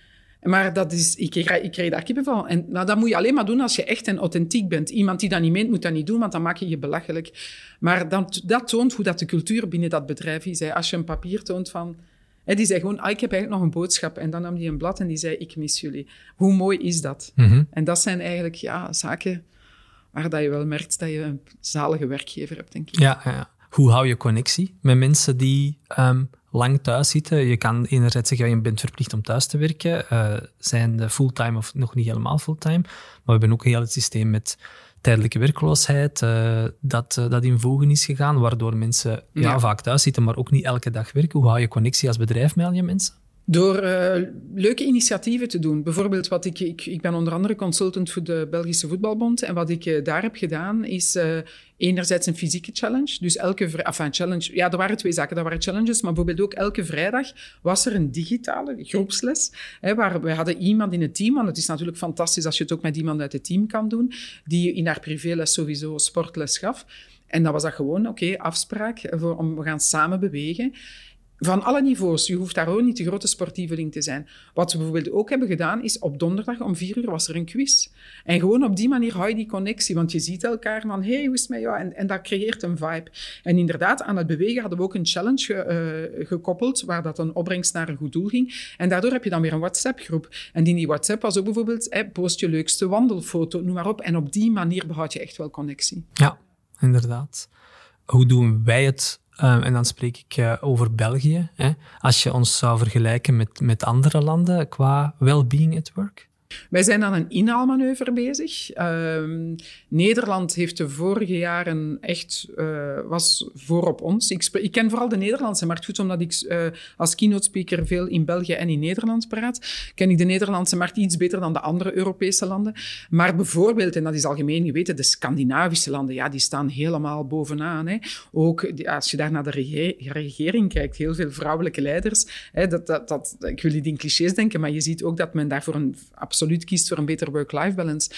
Maar dat is, ik, kreeg, ik kreeg daar kippenvel. En nou, dat moet je alleen maar doen als je echt en authentiek bent. Iemand die dat niet meent, moet dat niet doen, want dan maak je je belachelijk. Maar dat, dat toont hoe dat de cultuur binnen dat bedrijf is. Hè. Als je een papier toont van... Hè, die zei gewoon, ah, ik heb eigenlijk nog een boodschap. En dan nam hij een blad en die zei, ik mis jullie. Hoe mooi is dat? Mm-hmm. En dat zijn eigenlijk ja, zaken waar dat je wel merkt dat je een zalige werkgever hebt, denk ik. Ja, ja. Hoe hou je connectie met mensen die... Um... lang thuis zitten. Je kan enerzijds zeggen, je bent verplicht om thuis te werken. Uh, zijn de fulltime of nog niet helemaal fulltime. Maar we hebben ook heel het systeem met tijdelijke werkloosheid, uh, dat, uh, dat in voegen is gegaan, waardoor mensen ja. Ja, vaak thuis zitten, maar ook niet elke dag werken. Hoe hou je connectie als bedrijf met al je mensen? Door uh, leuke initiatieven te doen. Bijvoorbeeld, wat ik, ik, ik ben onder andere consultant voor de Belgische Voetbalbond. En wat ik uh, daar heb gedaan, is uh, enerzijds een fysieke challenge. Dus elke vrijdag... Enfin, challenge... Ja, er waren twee zaken. Er waren challenges, maar bijvoorbeeld ook elke vrijdag was er een digitale groepsles. Hè, waar we hadden iemand in het team, want het is natuurlijk fantastisch als je het ook met iemand uit het team kan doen, die in haar privéles sowieso sportles gaf. En dan was dat gewoon, oké, okay, afspraak, voor, om, we gaan samen bewegen. Van alle niveaus. Je hoeft daar ook niet de grote sportieveling te zijn. Wat we bijvoorbeeld ook hebben gedaan, is op donderdag om vier uur was er een quiz. En gewoon op die manier hou je die connectie. Want je ziet elkaar van, hey, hoe is het met jou? En, en dat creëert een vibe. En inderdaad, aan het bewegen hadden we ook een challenge ge, uh, gekoppeld, waar dat een opbrengst naar een goed doel ging. En daardoor heb je dan weer een WhatsApp-groep. En in die WhatsApp was ook bijvoorbeeld, hey, post je leukste wandelfoto, noem maar op. En op die manier behoud je echt wel connectie. Ja, inderdaad. Hoe doen wij het? Uh, en dan spreek ik uh, over België. Hè. Als je ons zou vergelijken met, met andere landen qua well-being at work? Wij zijn aan een inhaalmanoeuvre bezig. Uh, Nederland heeft de vorige jaren echt, uh, was voor op ons. Ik, sp- ik ken vooral de Nederlandse markt goed, omdat ik uh, als keynote speaker veel in België en in Nederland praat. Ken ik de Nederlandse markt iets beter dan de andere Europese landen. Maar bijvoorbeeld, en dat is algemeen geweten, de Scandinavische landen, ja, die staan helemaal bovenaan. Hè. Ook als je daar naar de rege- regering kijkt, heel veel vrouwelijke leiders. Hè, dat, dat, dat, ik wil niet in clichés denken, maar je ziet ook dat men daarvoor een absoluut kiest voor een betere work-life balance.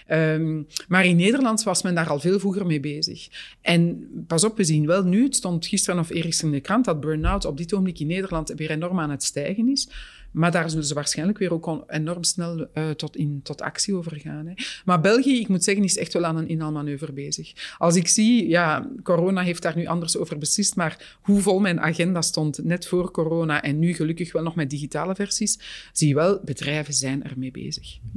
Um, maar in Nederland was men daar al veel vroeger mee bezig. En pas op, we zien wel nu, het stond gisteren of eergisteren in de krant, dat burn-out op dit ogenblik in Nederland weer enorm aan het stijgen is. Maar daar zullen ze waarschijnlijk weer ook enorm snel uh, tot, in, tot actie over gaan. Hè. Maar België, ik moet zeggen, is echt wel aan een inhaalmanoeuvre bezig. Als ik zie, ja, corona heeft daar nu anders over beslist, maar hoe vol mijn agenda stond net voor corona en nu gelukkig wel nog met digitale versies, zie je wel, bedrijven zijn ermee bezig. Ja.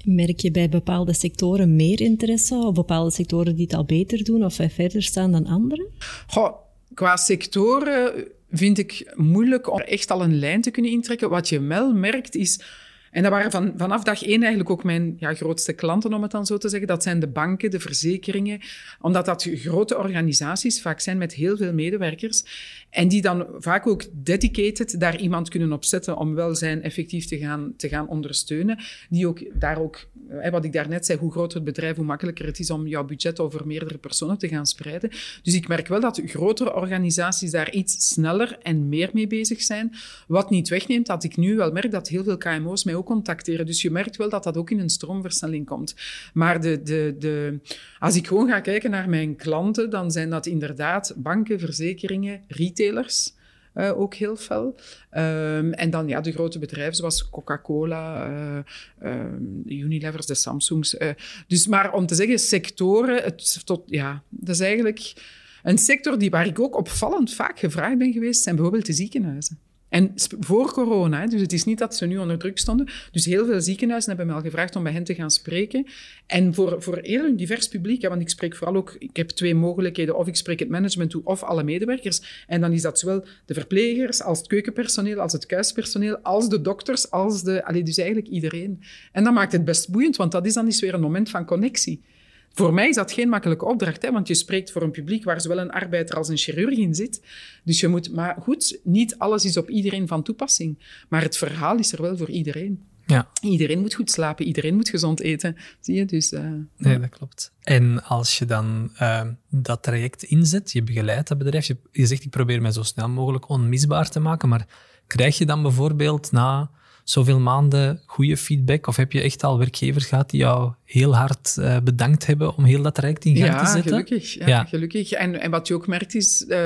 Merk je bij bepaalde sectoren meer interesse of bepaalde sectoren die het al beter doen of verder staan dan anderen? Goh, qua sectoren vind ik moeilijk om echt al een lijn te kunnen intrekken. Wat je wel merkt is... En dat waren van, vanaf dag één eigenlijk ook mijn ja, grootste klanten, om het dan zo te zeggen. Dat zijn de banken, de verzekeringen. Omdat dat grote organisaties vaak zijn met heel veel medewerkers. En die dan vaak ook dedicated daar iemand kunnen op zetten om welzijn effectief te gaan, te gaan ondersteunen. Die ook daar ook, wat ik daarnet zei, hoe groter het bedrijf, hoe makkelijker het is om jouw budget over meerdere personen te gaan spreiden. Dus ik merk wel dat grotere organisaties daar iets sneller en meer mee bezig zijn. Wat niet wegneemt dat ik nu wel merk dat heel veel K M O's mij ook contacteren. Dus je merkt wel dat dat ook in een stroomversnelling komt. Maar de, de, de, als ik gewoon ga kijken naar mijn klanten, dan zijn dat inderdaad banken, verzekeringen, retailers, uh, ook heel fel. Um, en dan ja, de grote bedrijven zoals Coca-Cola, uh, uh, de Unilevers, de Samsungs. Uh, dus maar om te zeggen, sectoren, het, tot, ja, dat is eigenlijk een sector die, waar ik ook opvallend vaak gevraagd ben geweest, zijn bijvoorbeeld de ziekenhuizen. En voor corona, dus het is niet dat ze nu onder druk stonden. Dus heel veel ziekenhuizen hebben me al gevraagd om bij hen te gaan spreken. En voor, voor heel een divers publiek, hè, want ik spreek vooral ook... Ik heb twee mogelijkheden, of ik spreek het management toe, of alle medewerkers. En dan is dat zowel de verplegers, als het keukenpersoneel, als het kuispersoneel, als de dokters, als de... Allee, dus eigenlijk iedereen. En dat maakt het best boeiend, want dat is dan eens weer een moment van connectie. Voor mij is dat geen makkelijke opdracht, hè, want je spreekt voor een publiek waar zowel een arbeider als een chirurg in zit. Dus je moet... Maar goed, niet alles is op iedereen van toepassing. Maar het verhaal is er wel voor iedereen. Ja. Iedereen moet goed slapen, iedereen moet gezond eten. Zie je? Dus, uh, nee, dat klopt. En als je dan uh, dat traject inzet, je begeleidt dat bedrijf, je, je zegt ik probeer mij zo snel mogelijk onmisbaar te maken, maar krijg je dan bijvoorbeeld na zoveel maanden goede feedback? Of heb je echt al werkgevers gehad die jou heel hard uh, bedankt hebben om heel dat traject in gang ja, te zetten? Gelukkig, ja, ja. gelukkig. En, en wat je ook merkt is... Uh,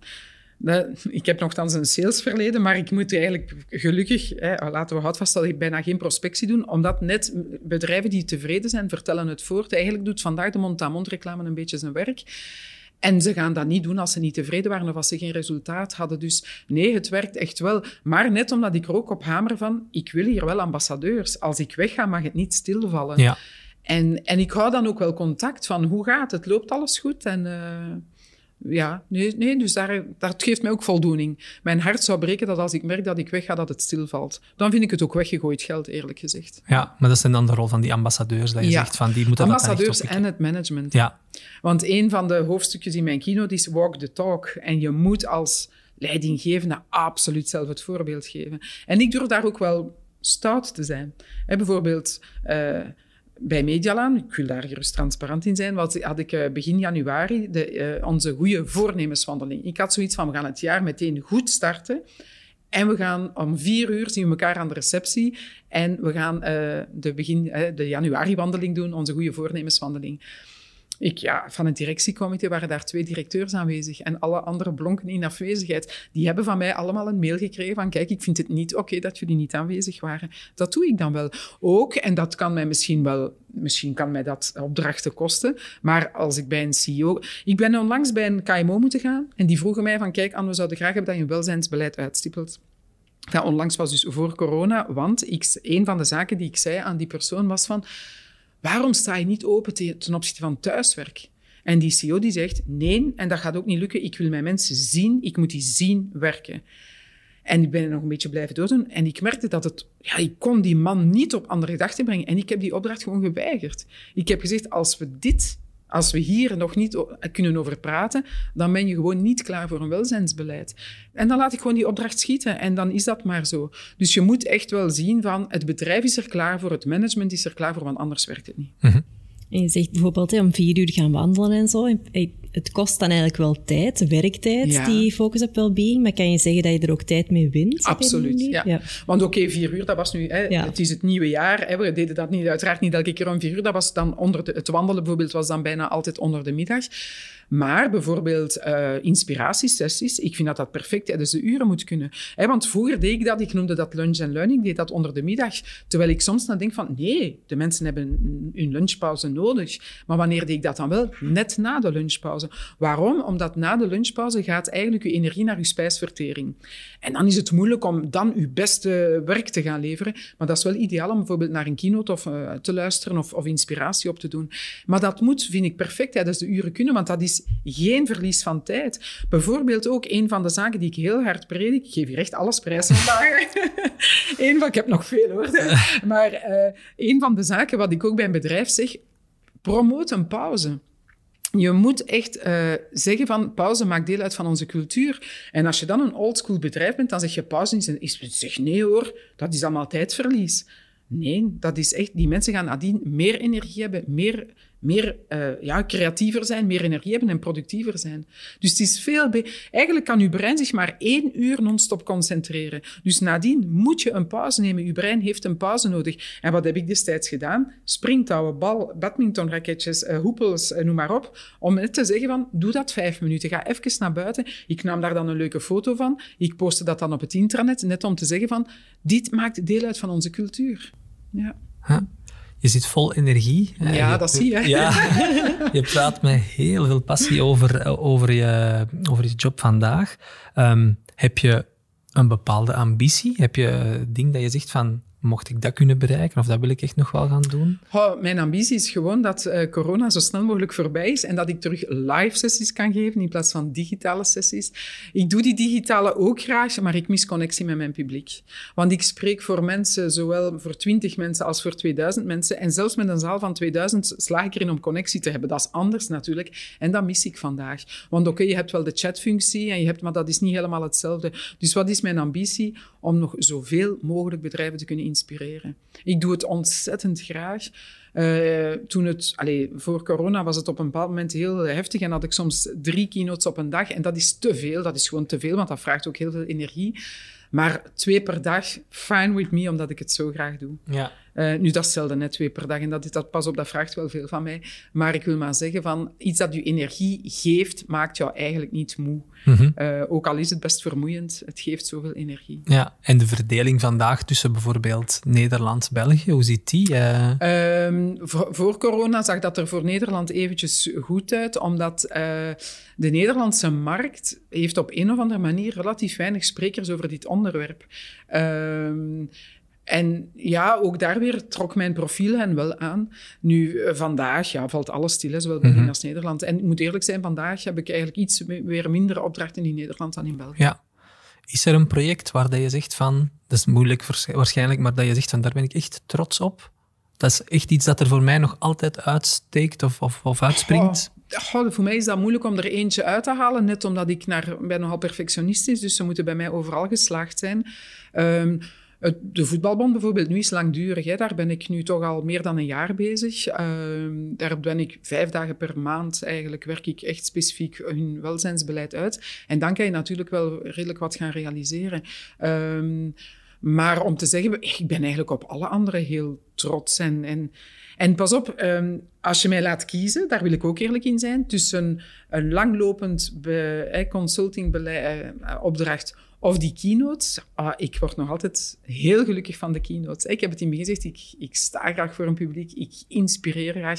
uh, ik heb nogthans een salesverleden, maar ik moet eigenlijk gelukkig, hè, laten we houvast dat ik bijna geen prospectie doen, omdat net bedrijven die tevreden zijn, vertellen het voort. Eigenlijk doet vandaag de mond-aan-mond reclame een beetje zijn werk. En ze gaan dat niet doen als ze niet tevreden waren of als ze geen resultaat hadden. Dus nee, het werkt echt wel. Maar net omdat ik er ook op hamer van, ik wil hier wel ambassadeurs. Als ik wegga, mag het niet stilvallen. Ja. En, en ik hou dan ook wel contact van, hoe gaat het? Loopt alles goed? En uh, ja, nee, nee dus daar, dat geeft mij ook voldoening. Mijn hart zou breken dat als ik merk dat ik wegga, dat het stilvalt. Dan vind ik het ook weggegooid geld, eerlijk gezegd. Ja, maar dat is dan de rol van die ambassadeurs, dat je ja. zegt van, die moeten ambassadeurs dat dan echt en het management. Ja. Want een van de hoofdstukjes in mijn keynote is walk the talk. En je moet als leidinggevende absoluut zelf het voorbeeld geven. En ik durf daar ook wel stout te zijn. He, bijvoorbeeld... Uh, Bij Medialaan, ik wil daar gerust transparant in zijn, wat had ik begin januari de, uh, onze goede voornemenswandeling. Ik had zoiets van, we gaan het jaar meteen goed starten. En we gaan om vier uur zien we elkaar aan de receptie. En we gaan uh, de, begin, uh, de januari-wandeling doen, onze goede voornemenswandeling. Ik, ja, van het directiecomité waren daar twee directeurs aanwezig en alle andere blonken in afwezigheid. Die hebben van mij allemaal een mail gekregen van kijk, ik vind het niet oké okay dat jullie niet aanwezig waren. Dat doe ik dan wel. Ook, en dat kan mij misschien wel, misschien kan mij dat opdrachten kosten, maar als ik bij een C E O... Ik ben onlangs bij een K M O moeten gaan en die vroegen mij van kijk, Anne, we zouden graag hebben dat je een welzijnsbeleid uitstippelt. Ja, onlangs was dus voor corona, want ik, een van de zaken die ik zei aan die persoon was van... Waarom sta je niet open te, ten opzichte van thuiswerk? En die C E O die zegt, nee, en dat gaat ook niet lukken. Ik wil mijn mensen zien, ik moet die zien werken. En ik ben er nog een beetje blijven doordoen. En ik merkte dat het... Ja, ik kon die man niet op andere gedachten brengen. En ik heb die opdracht gewoon geweigerd. Ik heb gezegd, als we dit... Als we hier nog niet kunnen over praten, dan ben je gewoon niet klaar voor een welzijnsbeleid. En dan laat ik gewoon die opdracht schieten en dan is dat maar zo. Dus je moet echt wel zien van het bedrijf is er klaar voor, het management is er klaar voor, want anders werkt het niet. Mm-hmm. En je zegt bijvoorbeeld hè, om vier uur gaan wandelen en zo. Het kost dan eigenlijk wel tijd, werktijd, ja. Die focus op well-being. Maar kan je zeggen dat je er ook tijd mee wint? Absoluut, ja. ja. Want oké, okay, vier uur, dat was nu... Hè, ja. Het is het nieuwe jaar. Hè, we deden dat niet, uiteraard niet elke keer om vier uur. Dat was dan onder de, het wandelen bijvoorbeeld was dan bijna altijd onder de middag. Maar bijvoorbeeld uh, inspiratiesessies, ik vind dat dat perfect tijdens de uren moet kunnen. Hè, want vroeger deed ik dat, ik noemde dat lunch en learning, ik deed dat onder de middag. Terwijl ik soms dan denk van, nee, de mensen hebben hun lunchpauze nodig. Maar wanneer deed ik dat dan wel? Net na de lunchpauze. lunchpauze. Waarom? Omdat na de lunchpauze gaat eigenlijk je energie naar je spijsvertering. En dan is het moeilijk om dan je beste werk te gaan leveren. Maar dat is wel ideaal om bijvoorbeeld naar een keynote of, uh, te luisteren of, of inspiratie op te doen. Maar dat moet, vind ik, perfect tijdens de uren kunnen, want dat is geen verlies van tijd. Bijvoorbeeld ook een van de zaken die ik heel hard predik, ik geef hier echt alles prijs vandaag. Eén van, ik heb nog veel hoor. Maar uh, een van de zaken wat ik ook bij een bedrijf zeg, promoot een pauze. Je moet echt uh, zeggen van pauze maakt deel uit van onze cultuur. En als je dan een oldschool bedrijf bent, dan zeg je pauze niet. Ik zeg nee hoor, dat is allemaal tijdverlies. Nee, dat is echt... Die mensen gaan nadien meer energie hebben, meer, meer uh, ja, creatiever zijn, meer energie hebben en productiever zijn. Dus het is veel... Be- Eigenlijk kan uw brein zich maar één uur non-stop concentreren. Dus nadien moet je een pauze nemen. Uw brein heeft een pauze nodig. En wat heb ik destijds gedaan? Springtouwen, bal, badmintonraketjes, uh, hoepels, uh, noem maar op. Om net te zeggen van, doe dat vijf minuten. Ga even naar buiten. Ik nam daar dan een leuke foto van. Ik postte dat dan op het intranet, net om te zeggen van, dit maakt deel uit van onze cultuur. Ja. Huh? Je zit vol energie. Ja, je, dat zie je. Ja, je praat met heel veel passie over, over, je, over je job vandaag. Um, heb je een bepaalde ambitie? Heb je een ding dat je zegt van, mocht ik dat kunnen bereiken of dat wil ik echt nog wel gaan doen? Oh, mijn ambitie is gewoon dat uh, corona zo snel mogelijk voorbij is en dat ik terug live sessies kan geven in plaats van digitale sessies. Ik doe die digitale ook graag, maar ik mis connectie met mijn publiek. Want ik spreek voor mensen, zowel voor twintig mensen als voor tweeduizend mensen. En zelfs met een zaal van tweeduizend slaag ik erin om connectie te hebben. Dat is anders natuurlijk. En dat mis ik vandaag. Want oké, okay, je hebt wel de chatfunctie, en je hebt, maar dat is niet helemaal hetzelfde. Dus wat is mijn ambitie? Om nog zoveel mogelijk bedrijven te kunnen inspireren. Ik doe het ontzettend graag. Uh, toen het, allez, voor corona was het op een bepaald moment heel heftig en had ik soms drie keynotes op een dag. En dat is te veel, dat is gewoon te veel, want dat vraagt ook heel veel energie. Maar twee per dag, fine with me, omdat ik het zo graag doe. Ja. Uh, nu, dat is zelden, net twee per dag. En dat, dat, pas op, dat vraagt wel veel van mij. Maar ik wil maar zeggen, van iets dat je energie geeft, maakt jou eigenlijk niet moe. Mm-hmm. Uh, ook al is het best vermoeiend, het geeft zoveel energie. Ja, en de verdeling vandaag tussen bijvoorbeeld Nederland en België, hoe ziet die? Uh... Um, voor, voor corona zag dat er voor Nederland eventjes goed uit, omdat uh, de Nederlandse markt heeft op een of andere manier relatief weinig sprekers over dit onderwerp. Um, En ja, ook daar weer trok mijn profiel hen wel aan. Nu, vandaag ja, valt alles stil, zowel België mm-hmm. als Nederland. En ik moet eerlijk zijn, vandaag heb ik eigenlijk iets weer minder opdrachten in Nederland dan in België. Ja. Is er een project waar dat je zegt van, dat is moeilijk waarschijnlijk, maar dat je zegt van, daar ben ik echt trots op? Dat is echt iets dat er voor mij nog altijd uitsteekt of, of, of uitspringt? Oh, oh, voor mij is dat moeilijk om er eentje uit te halen, net omdat ik naar, ben nogal perfectionistisch, dus ze moeten bij mij overal geslaagd zijn. Um, De voetbalbond bijvoorbeeld, nu is langdurig. Hè. Daar ben ik nu toch al meer dan een jaar bezig. Uh, daar ben ik vijf dagen per maand eigenlijk, werk ik echt specifiek hun welzijnsbeleid uit. En dan kan je natuurlijk wel redelijk wat gaan realiseren. Um, maar om te zeggen, ik ben eigenlijk op alle anderen heel trots. En, en, en pas op, um, als je mij laat kiezen, daar wil ik ook eerlijk in zijn, tussen een langlopend be, eh, consultingbeleid, eh, opdracht of die keynotes, ah, ik word nog altijd heel gelukkig van de keynotes. Ik heb het in het begin gezegd, ik, ik sta graag voor een publiek, ik inspireer graag.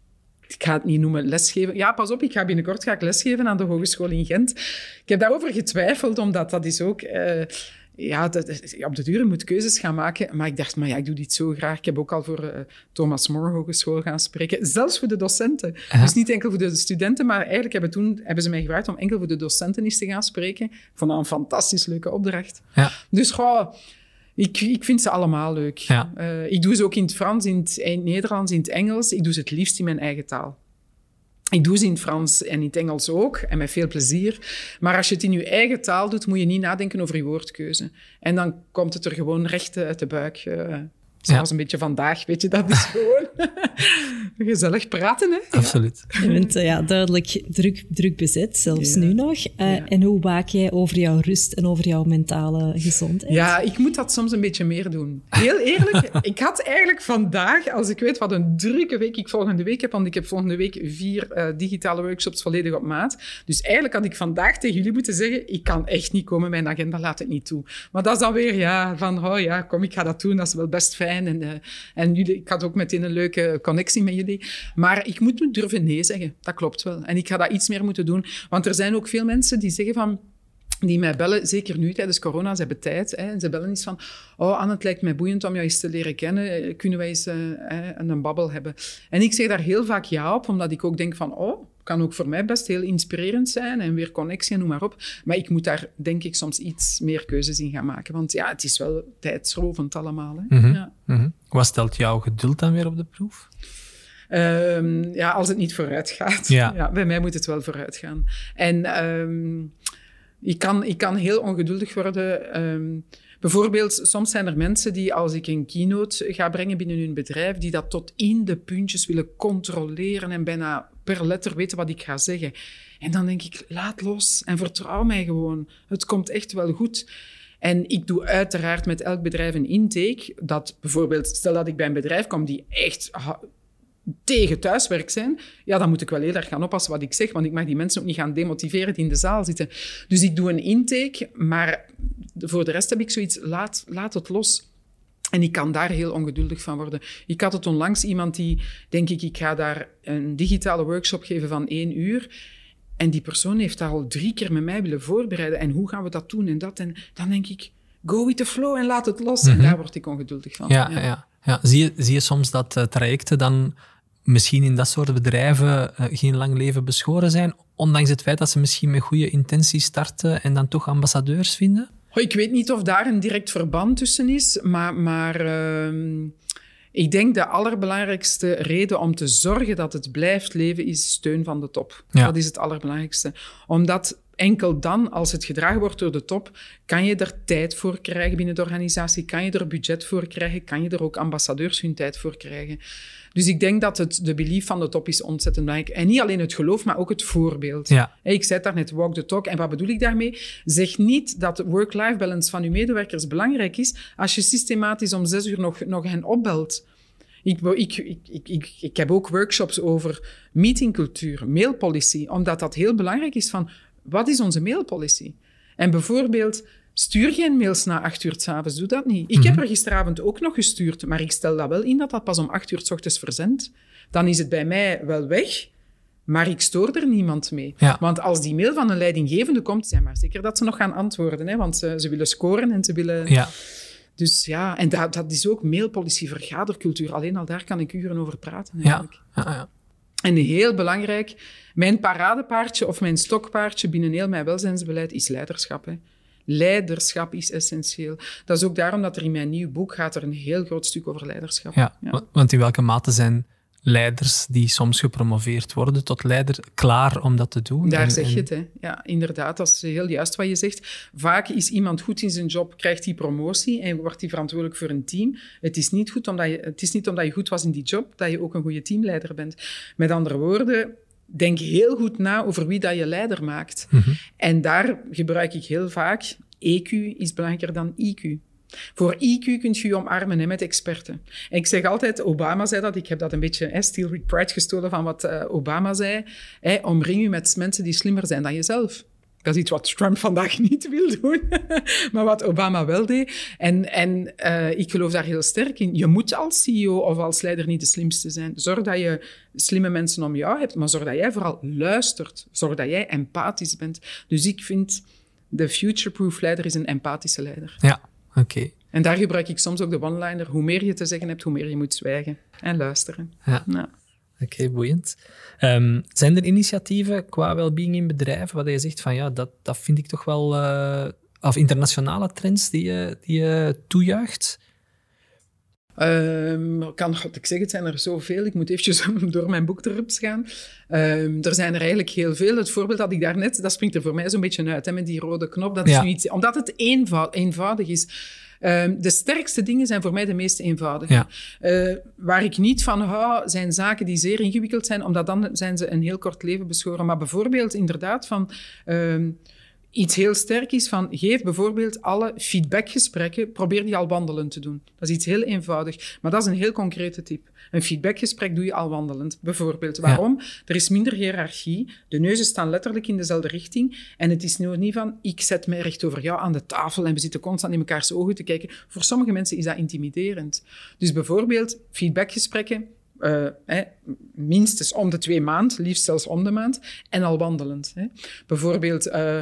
Ik ga het niet noemen lesgeven. Ja, pas op, ik ga binnenkort ga ik lesgeven aan de Hogeschool in Gent. Ik heb daarover getwijfeld, omdat dat is ook... Uh, ja, dat, op de duur moet keuzes gaan maken. Maar ik dacht, maar ja, ik doe dit zo graag. Ik heb ook al voor uh, Thomas More Hogeschool gaan spreken. Zelfs voor de docenten. Uh-huh. Dus niet enkel voor de studenten, maar eigenlijk hebben, toen, hebben ze mij gevraagd om enkel voor de docenten eens te gaan spreken. Ik vond dat een fantastisch leuke opdracht. Ja. Dus goh, ik, ik vind ze allemaal leuk. Ja. Uh, ik doe ze ook in het Frans, in het, in het Nederlands, in het Engels. Ik doe ze het liefst in mijn eigen taal. Ik doe ze in het Frans en in het Engels ook, en met veel plezier. Maar als je het in je eigen taal doet, moet je niet nadenken over je woordkeuze. En dan komt het er gewoon recht uit de buik. Uh, zoals ja. een beetje vandaag, weet je, dat is gewoon gezellig praten. Hè? Absoluut. Ja. Je bent uh, ja, duidelijk druk, druk bezet, zelfs ja. nu nog. Uh, ja. En hoe waak jij over jouw rust en over jouw mentale gezondheid? Ja, ik moet dat soms een beetje meer doen. Heel eerlijk, ik had eigenlijk vandaag, als ik weet wat een drukke week ik volgende week heb, want ik heb volgende week vier uh, digitale workshops volledig op maat. Dus eigenlijk had ik vandaag tegen jullie moeten zeggen, ik kan echt niet komen, mijn agenda laat het niet toe. Maar dat is dan weer, ja, van, oh ja, kom, ik ga dat doen, dat is wel best fijn. fijn. En, uh, en jullie, ik had ook meteen een leuke connectie met jullie. Maar ik moet nu durven nee zeggen. Dat klopt wel. En ik ga dat iets meer moeten doen. Want er zijn ook veel mensen die zeggen van... Die mij bellen, zeker nu tijdens corona, ze hebben tijd. Hè. Ze bellen eens van, oh Anne, het lijkt mij boeiend om jou eens te leren kennen. Kunnen wij eens uh, een babbel hebben? En ik zeg daar heel vaak ja op, omdat ik ook denk van, oh, kan ook voor mij best heel inspirerend zijn en weer connectie en noem maar op. Maar ik moet daar, denk ik, soms iets meer keuzes in gaan maken. Want ja, het is wel tijdsrovend allemaal. Hè. Mm-hmm. Ja. Mm-hmm. Wat stelt jouw geduld dan weer op de proef? Um, ja, als het niet vooruit gaat. Ja. Ja, bij mij moet het wel vooruit gaan. En... Um, Ik kan, ik kan heel ongeduldig worden. Um, bijvoorbeeld, soms zijn er mensen die, als ik een keynote ga brengen binnen hun bedrijf, die dat tot in de puntjes willen controleren en bijna per letter weten wat ik ga zeggen. En dan denk ik, laat los en vertrouw mij gewoon. Het komt echt wel goed. En ik doe uiteraard met elk bedrijf een intake. Dat bijvoorbeeld, stel dat ik bij een bedrijf kom die echt... Ha- tegen thuiswerk zijn, ja, dan moet ik wel heel erg gaan oppassen wat ik zeg, want ik mag die mensen ook niet gaan demotiveren die in de zaal zitten. Dus ik doe een intake, maar voor de rest heb ik zoiets, laat, laat het los. En ik kan daar heel ongeduldig van worden. Ik had het onlangs iemand die, denk ik, ik ga daar een digitale workshop geven van één uur. En die persoon heeft daar al drie keer met mij willen voorbereiden. En hoe gaan we dat doen en dat? En dan denk ik, go with the flow en laat het los. Mm-hmm. En daar word ik ongeduldig van. Ja, ja. ja. ja. Zie je, zie je soms dat uh, trajecten dan misschien in dat soort bedrijven uh, geen lang leven beschoren zijn, ondanks het feit dat ze misschien met goede intenties starten en dan toch ambassadeurs vinden? Oh, ik weet niet of daar een direct verband tussen is, maar, maar uh, ik denk de allerbelangrijkste reden om te zorgen dat het blijft leven is steun van de top. Ja. Dat is het allerbelangrijkste. Omdat enkel dan, als het gedragen wordt door de top, kan je er tijd voor krijgen binnen de organisatie, kan je er budget voor krijgen, kan je er ook ambassadeurs hun tijd voor krijgen. Dus ik denk dat het, de belief van de top is ontzettend belangrijk. En niet alleen het geloof, maar ook het voorbeeld. Ja. Ik zei het daarnet, walk the talk. En wat bedoel ik daarmee? Zeg niet dat de work-life balance van uw medewerkers belangrijk is als je systematisch om zes uur nog, nog hen opbelt. Ik, ik, ik, ik, ik, ik heb ook workshops over meetingcultuur, mailpolicy, omdat dat heel belangrijk is van, wat is onze mailpolicy? En bijvoorbeeld, stuur geen mails na acht uur 's avonds, doe dat niet. Ik mm-hmm. heb er gisteravond ook nog gestuurd, maar ik stel dat wel in dat dat pas om acht uur 's ochtends verzendt. Dan is het bij mij wel weg, maar ik stoor er niemand mee. Ja. Want als die mail van een leidinggevende komt, zijn maar zeker dat ze nog gaan antwoorden, hè, want ze, ze willen scoren en ze willen... Ja. Dus ja, en dat, dat is ook mailpolicy, vergadercultuur. Alleen al daar kan ik uren over praten, eigenlijk. Ja, ja, ja. En heel belangrijk, mijn paradepaardje of mijn stokpaardje binnen heel mijn welzijnsbeleid is leiderschap. Hè. Leiderschap is essentieel. Dat is ook daarom dat er in mijn nieuw boek gaat er een heel groot stuk over leiderschap. Ja, ja. Want in welke mate zijn leiders die soms gepromoveerd worden tot leider klaar om dat te doen? Daar en, zeg en... je het, hè. Ja, inderdaad, dat is heel juist wat je zegt. Vaak is iemand goed in zijn job, krijgt hij promotie en wordt hij verantwoordelijk voor een team. Het is niet goed omdat je, het is niet omdat je goed was in die job, dat je ook een goede teamleider bent. Met andere woorden, denk heel goed na over wie dat je leider maakt. Mm-hmm. En daar gebruik ik heel vaak, E Q is belangrijker dan I Q. Voor I Q kun je je omarmen hè, met experten. En ik zeg altijd, Obama zei dat, ik heb dat een beetje, hè, steal with pride gestolen van wat uh, Obama zei, hè, omring je met mensen die slimmer zijn dan jezelf. Dat is iets wat Trump vandaag niet wil doen, maar wat Obama wel deed. En, en uh, ik geloof daar heel sterk in. Je moet als C E O of als leider niet de slimste zijn. Zorg dat je slimme mensen om jou hebt, maar zorg dat jij vooral luistert. Zorg dat jij empathisch bent. Dus ik vind, de future-proof leider is een empathische leider. Ja. Oké. Okay. En daar gebruik ik soms ook de one-liner. Hoe meer je te zeggen hebt, hoe meer je moet zwijgen en luisteren. Ja. Ja. Oké, okay, boeiend. Um, zijn er initiatieven qua wellbeing in bedrijven waar je zegt van ja, dat, dat vind ik toch wel... Uh, of internationale trends die je, die je toejuicht? Um, kan God, ik zeg, het zijn er zoveel. Ik moet eventjes door mijn boekdrups gaan. Um, er zijn er eigenlijk heel veel. Het voorbeeld dat ik daarnet, dat springt er voor mij zo'n beetje uit, hè, met die rode knop. Dat is ja. nu iets, omdat het eenvoud, eenvoudig is. Um, de sterkste dingen zijn voor mij de meest eenvoudige. Ja. Uh, waar ik niet van hou, zijn zaken die zeer ingewikkeld zijn, omdat dan zijn ze een heel kort leven beschoren. Maar bijvoorbeeld inderdaad van... Um, iets heel sterk is van, geef bijvoorbeeld alle feedbackgesprekken, probeer die al wandelend te doen. Dat is iets heel eenvoudig, maar dat is een heel concrete tip. Een feedbackgesprek doe je al wandelend, bijvoorbeeld. Waarom? Ja. Er is minder hiërarchie, de neuzen staan letterlijk in dezelfde richting en het is nu niet van, ik zet mij recht over jou aan de tafel en we zitten constant in mekaars ogen te kijken. Voor sommige mensen is dat intimiderend. Dus bijvoorbeeld feedbackgesprekken, Uh, eh, minstens om de twee maand, liefst zelfs om de maand, en al wandelend. Hè. Bijvoorbeeld, uh,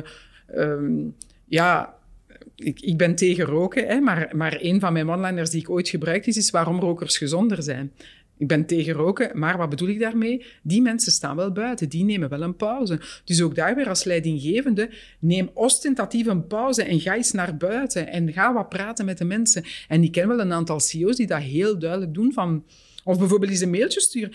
um, ja, ik, ik ben tegen roken, hè, maar, maar een van mijn one-liners die ik ooit gebruikt is, is waarom rokers gezonder zijn. Ik ben tegen roken, maar wat bedoel ik daarmee? Die mensen staan wel buiten, die nemen wel een pauze. Dus ook daar weer als leidinggevende, neem ostentatief een pauze en ga eens naar buiten en ga wat praten met de mensen. En ik ken wel een aantal C E O's die dat heel duidelijk doen van... Of bijvoorbeeld eens een mailtje sturen.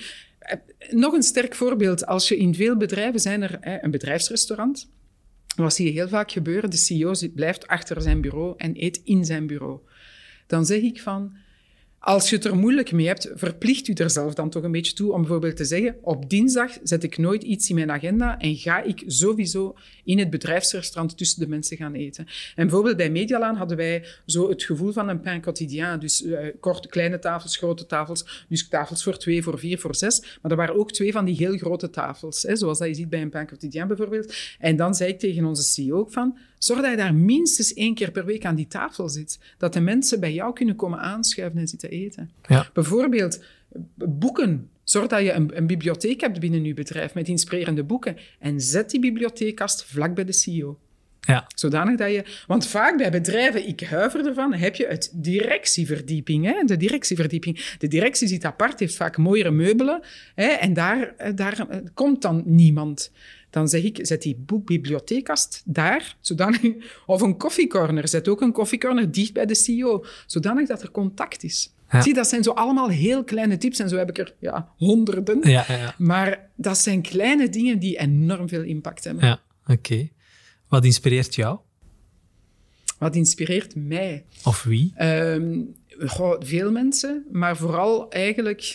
Nog een sterk voorbeeld. Als je in veel bedrijven zijn er hè, een bedrijfsrestaurant. Wat zie je heel vaak gebeuren? De C E O blijft achter zijn bureau en eet in zijn bureau. Dan zeg ik van... Als je het er moeilijk mee hebt, verplicht u er zelf dan toch een beetje toe om bijvoorbeeld te zeggen, op dinsdag zet ik nooit iets in mijn agenda en ga ik sowieso in het bedrijfsrestaurant tussen de mensen gaan eten. En bijvoorbeeld bij Medialaan hadden wij zo het gevoel van een pain quotidien. Dus uh, kort, kleine tafels, grote tafels. Dus tafels voor twee, voor vier, voor zes. Maar er waren ook twee van die heel grote tafels. Hè, zoals dat je ziet bij een pain quotidien bijvoorbeeld. En dan zei ik tegen onze C E O ook van... Zorg dat je daar minstens één keer per week aan die tafel zit. Dat de mensen bij jou kunnen komen aanschuiven en zitten eten. Ja. Bijvoorbeeld boeken. Zorg dat je een, een bibliotheek hebt binnen je bedrijf met inspirerende boeken. En zet die bibliotheekkast vlak bij de C E O. Ja. Zodanig dat je... Want vaak bij bedrijven, ik huiver ervan, heb je het directieverdieping. Hè? De directieverdieping. De directie zit apart, heeft vaak mooiere meubelen. Hè? En daar, daar komt dan niemand. Dan zeg ik, zet die bibliotheekkast daar, zodanig, of een koffiecorner. Zet ook een koffiecorner dicht bij de C E O, zodanig dat er contact is. Ja. Zie, dat zijn zo allemaal heel kleine tips en zo heb ik er ja, honderden. Ja, ja, ja. Maar dat zijn kleine dingen die enorm veel impact hebben. Ja, oké. Okay. Wat inspireert jou? Wat inspireert mij? Of wie? Um, goh, veel mensen, maar vooral eigenlijk...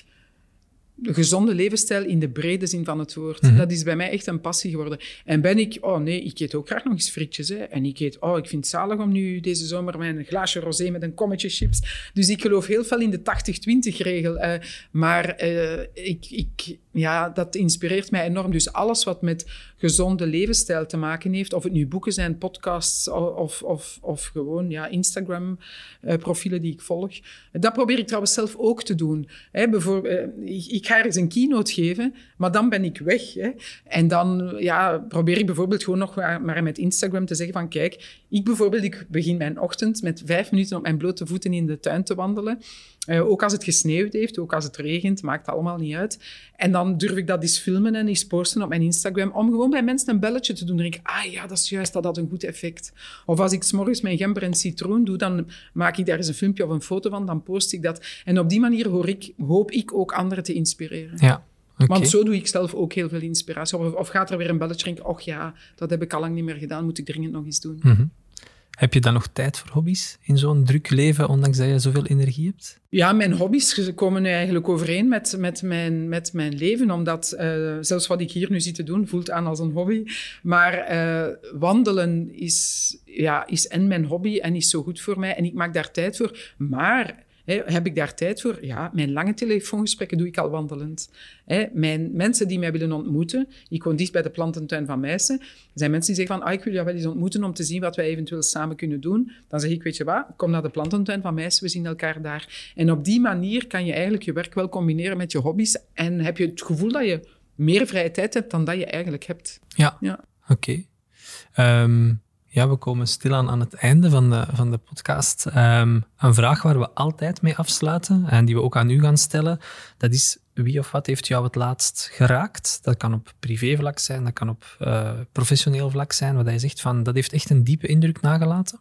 De gezonde levensstijl in de brede zin van het woord. Mm-hmm. Dat is bij mij echt een passie geworden. En ben ik... Oh nee, ik eet ook graag nog eens frietjes. Hè. En ik eet... Oh, ik vind het zalig om nu deze zomer mijn glaasje rosé met een kommetje chips. Dus ik geloof heel veel in de tachtig twintig regel. Uh, maar uh, ik, ik, ja, dat inspireert mij enorm. Dus alles wat met gezonde levensstijl te maken heeft, of het nu boeken zijn, podcasts of, of, of gewoon ja, Instagram-profielen die ik volg. Dat probeer ik trouwens zelf ook te doen. Hè. Bijvoorbeeld, uh, ik, ik ga eens een keynote geven, maar dan ben ik weg. Hè. En dan ja, probeer ik bijvoorbeeld gewoon nog maar met Instagram te zeggen van kijk, ik bijvoorbeeld, ik begin mijn ochtend met vijf minuten op mijn blote voeten in de tuin te wandelen. Uh, ook als het gesneeuwd heeft, ook als het regent, maakt allemaal niet uit. En dan durf ik dat eens filmen en eens posten op mijn Instagram, om gewoon bij mensen een belletje te doen. Dan denk ik, ah ja, dat is juist, dat had een goed effect. Of als ik 's morgens mijn gember en citroen doe, dan maak ik daar eens een filmpje of een foto van, dan post ik dat. En op die manier hoor ik, hoop ik ook anderen te inspireren. Ja. Okay. Want zo doe ik zelf ook heel veel inspiratie. Of, of gaat er weer een belletje drinken, och ja, dat heb ik al lang niet meer gedaan, moet ik dringend nog eens doen. Mm-hmm. Heb je dan nog tijd voor hobby's in zo'n druk leven, ondanks dat je zoveel energie hebt? Ja, mijn hobby's komen nu eigenlijk overeen met, met, mijn, met mijn leven, omdat uh, zelfs wat ik hier nu zit te doen, voelt aan als een hobby. Maar uh, wandelen is, ja, is en mijn hobby en is zo goed voor mij en ik maak daar tijd voor. Maar... He, heb ik daar tijd voor? Ja, mijn lange telefoongesprekken doe ik al wandelend. He, mijn mensen die mij willen ontmoeten, ik woon dicht bij de plantentuin van Meissen, zijn mensen die zeggen van, ah, ik wil jou wel eens ontmoeten om te zien wat wij eventueel samen kunnen doen. Dan zeg ik, weet je wat, kom naar de plantentuin van Meissen, we zien elkaar daar. En op die manier kan je eigenlijk je werk wel combineren met je hobby's en heb je het gevoel dat je meer vrije tijd hebt dan dat je eigenlijk hebt. Ja, ja. Oké. Okay. Um... Ja, we komen stilaan aan het einde van de, van de podcast. Um, een vraag waar we altijd mee afsluiten en die we ook aan u gaan stellen, dat is wie of wat heeft jou het laatst geraakt? Dat kan op privévlak zijn, dat kan op uh, professioneel vlak zijn, wat je zegt van, dat heeft echt een diepe indruk nagelaten?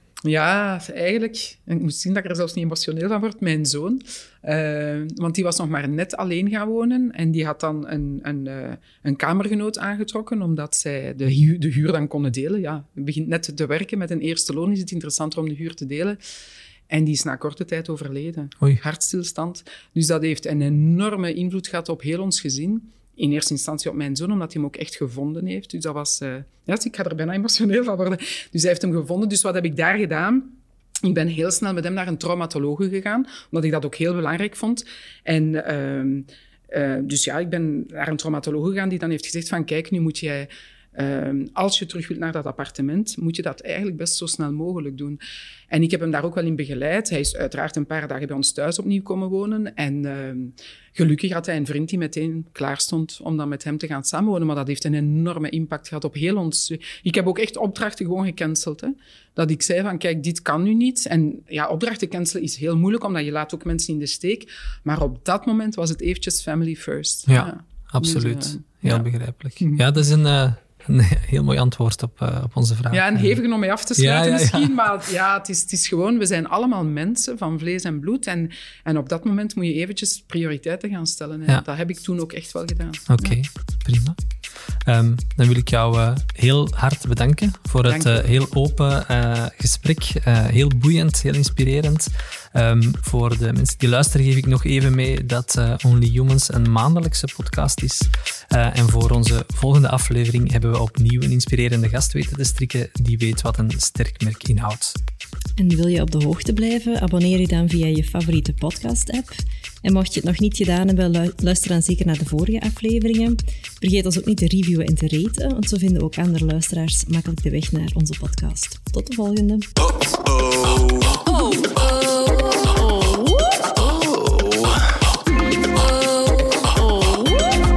Ja, eigenlijk, ik moet zien dat ik er zelfs niet emotioneel van word, mijn zoon. Uh, want die was nog maar net alleen gaan wonen en die had dan een, een, uh, een kamergenoot aangetrokken, omdat zij de huur, de huur dan konden delen. Ja, je begint net te werken met een eerste loon, is het interessanter om de huur te delen. En die is na korte tijd overleden. Oei. Hartstilstand. Dus dat heeft een enorme invloed gehad op heel ons gezin. in eerste instantie op mijn zoon, omdat hij hem ook echt gevonden heeft. Dus dat was... Uh, ja, ik ga er bijna emotioneel van worden. Dus hij heeft hem gevonden. Dus wat heb ik daar gedaan? Ik ben heel snel met hem naar een traumatologe gegaan, omdat ik dat ook heel belangrijk vond. En uh, uh, dus ja, ik ben naar een traumatologe gegaan die dan heeft gezegd van, kijk, nu moet jij... Uh, als je terug wilt naar dat appartement, moet je dat eigenlijk best zo snel mogelijk doen. En ik heb hem daar ook wel in begeleid. Hij is uiteraard een paar dagen bij ons thuis opnieuw komen wonen. En uh, gelukkig had hij een vriend die meteen klaar stond om dan met hem te gaan samenwonen. Maar dat heeft een enorme impact gehad op heel ons... Ik heb ook echt opdrachten gewoon gecanceld. Hè? Dat ik zei van, kijk, dit kan nu niet. En ja, opdrachten cancelen is heel moeilijk, omdat je laat ook mensen in de steek. Maar op dat moment was het eventjes family first. Ja, ja. absoluut. Dus, uh, heel ja. begrijpelijk. Ja, dat is een... Uh... Een heel mooi antwoord op, uh, op onze vraag. Ja, en hevig om mee af te sluiten ja, ja, misschien, ja. maar ja, het is, het is gewoon... We zijn allemaal mensen van vlees en bloed en, en op dat moment moet je eventjes prioriteiten gaan stellen. En ja. Dat heb ik toen ook echt wel gedaan. Oké, okay, ja. prima. Um, dan wil ik jou uh, heel hard bedanken voor het uh, heel open uh, gesprek. Uh, heel boeiend, heel inspirerend. Um, voor de mensen die luisteren geef ik nog even mee dat uh, Only Humans een maandelijkse podcast is. Uh, en voor onze volgende aflevering hebben we opnieuw een inspirerende gast weten te strikken die weet wat een sterk merk inhoudt. En wil je op de hoogte blijven? Abonneer je dan via je favoriete podcast-app. En mocht je het nog niet gedaan hebben, luister dan zeker naar de vorige afleveringen. Vergeet ons ook niet te reviewen en te raten, want zo vinden ook andere luisteraars makkelijk de weg naar onze podcast. Tot de volgende.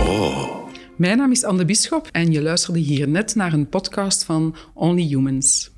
Mijn naam is Anne de Bisschop en je luisterde hier net naar een podcast van Only Humans.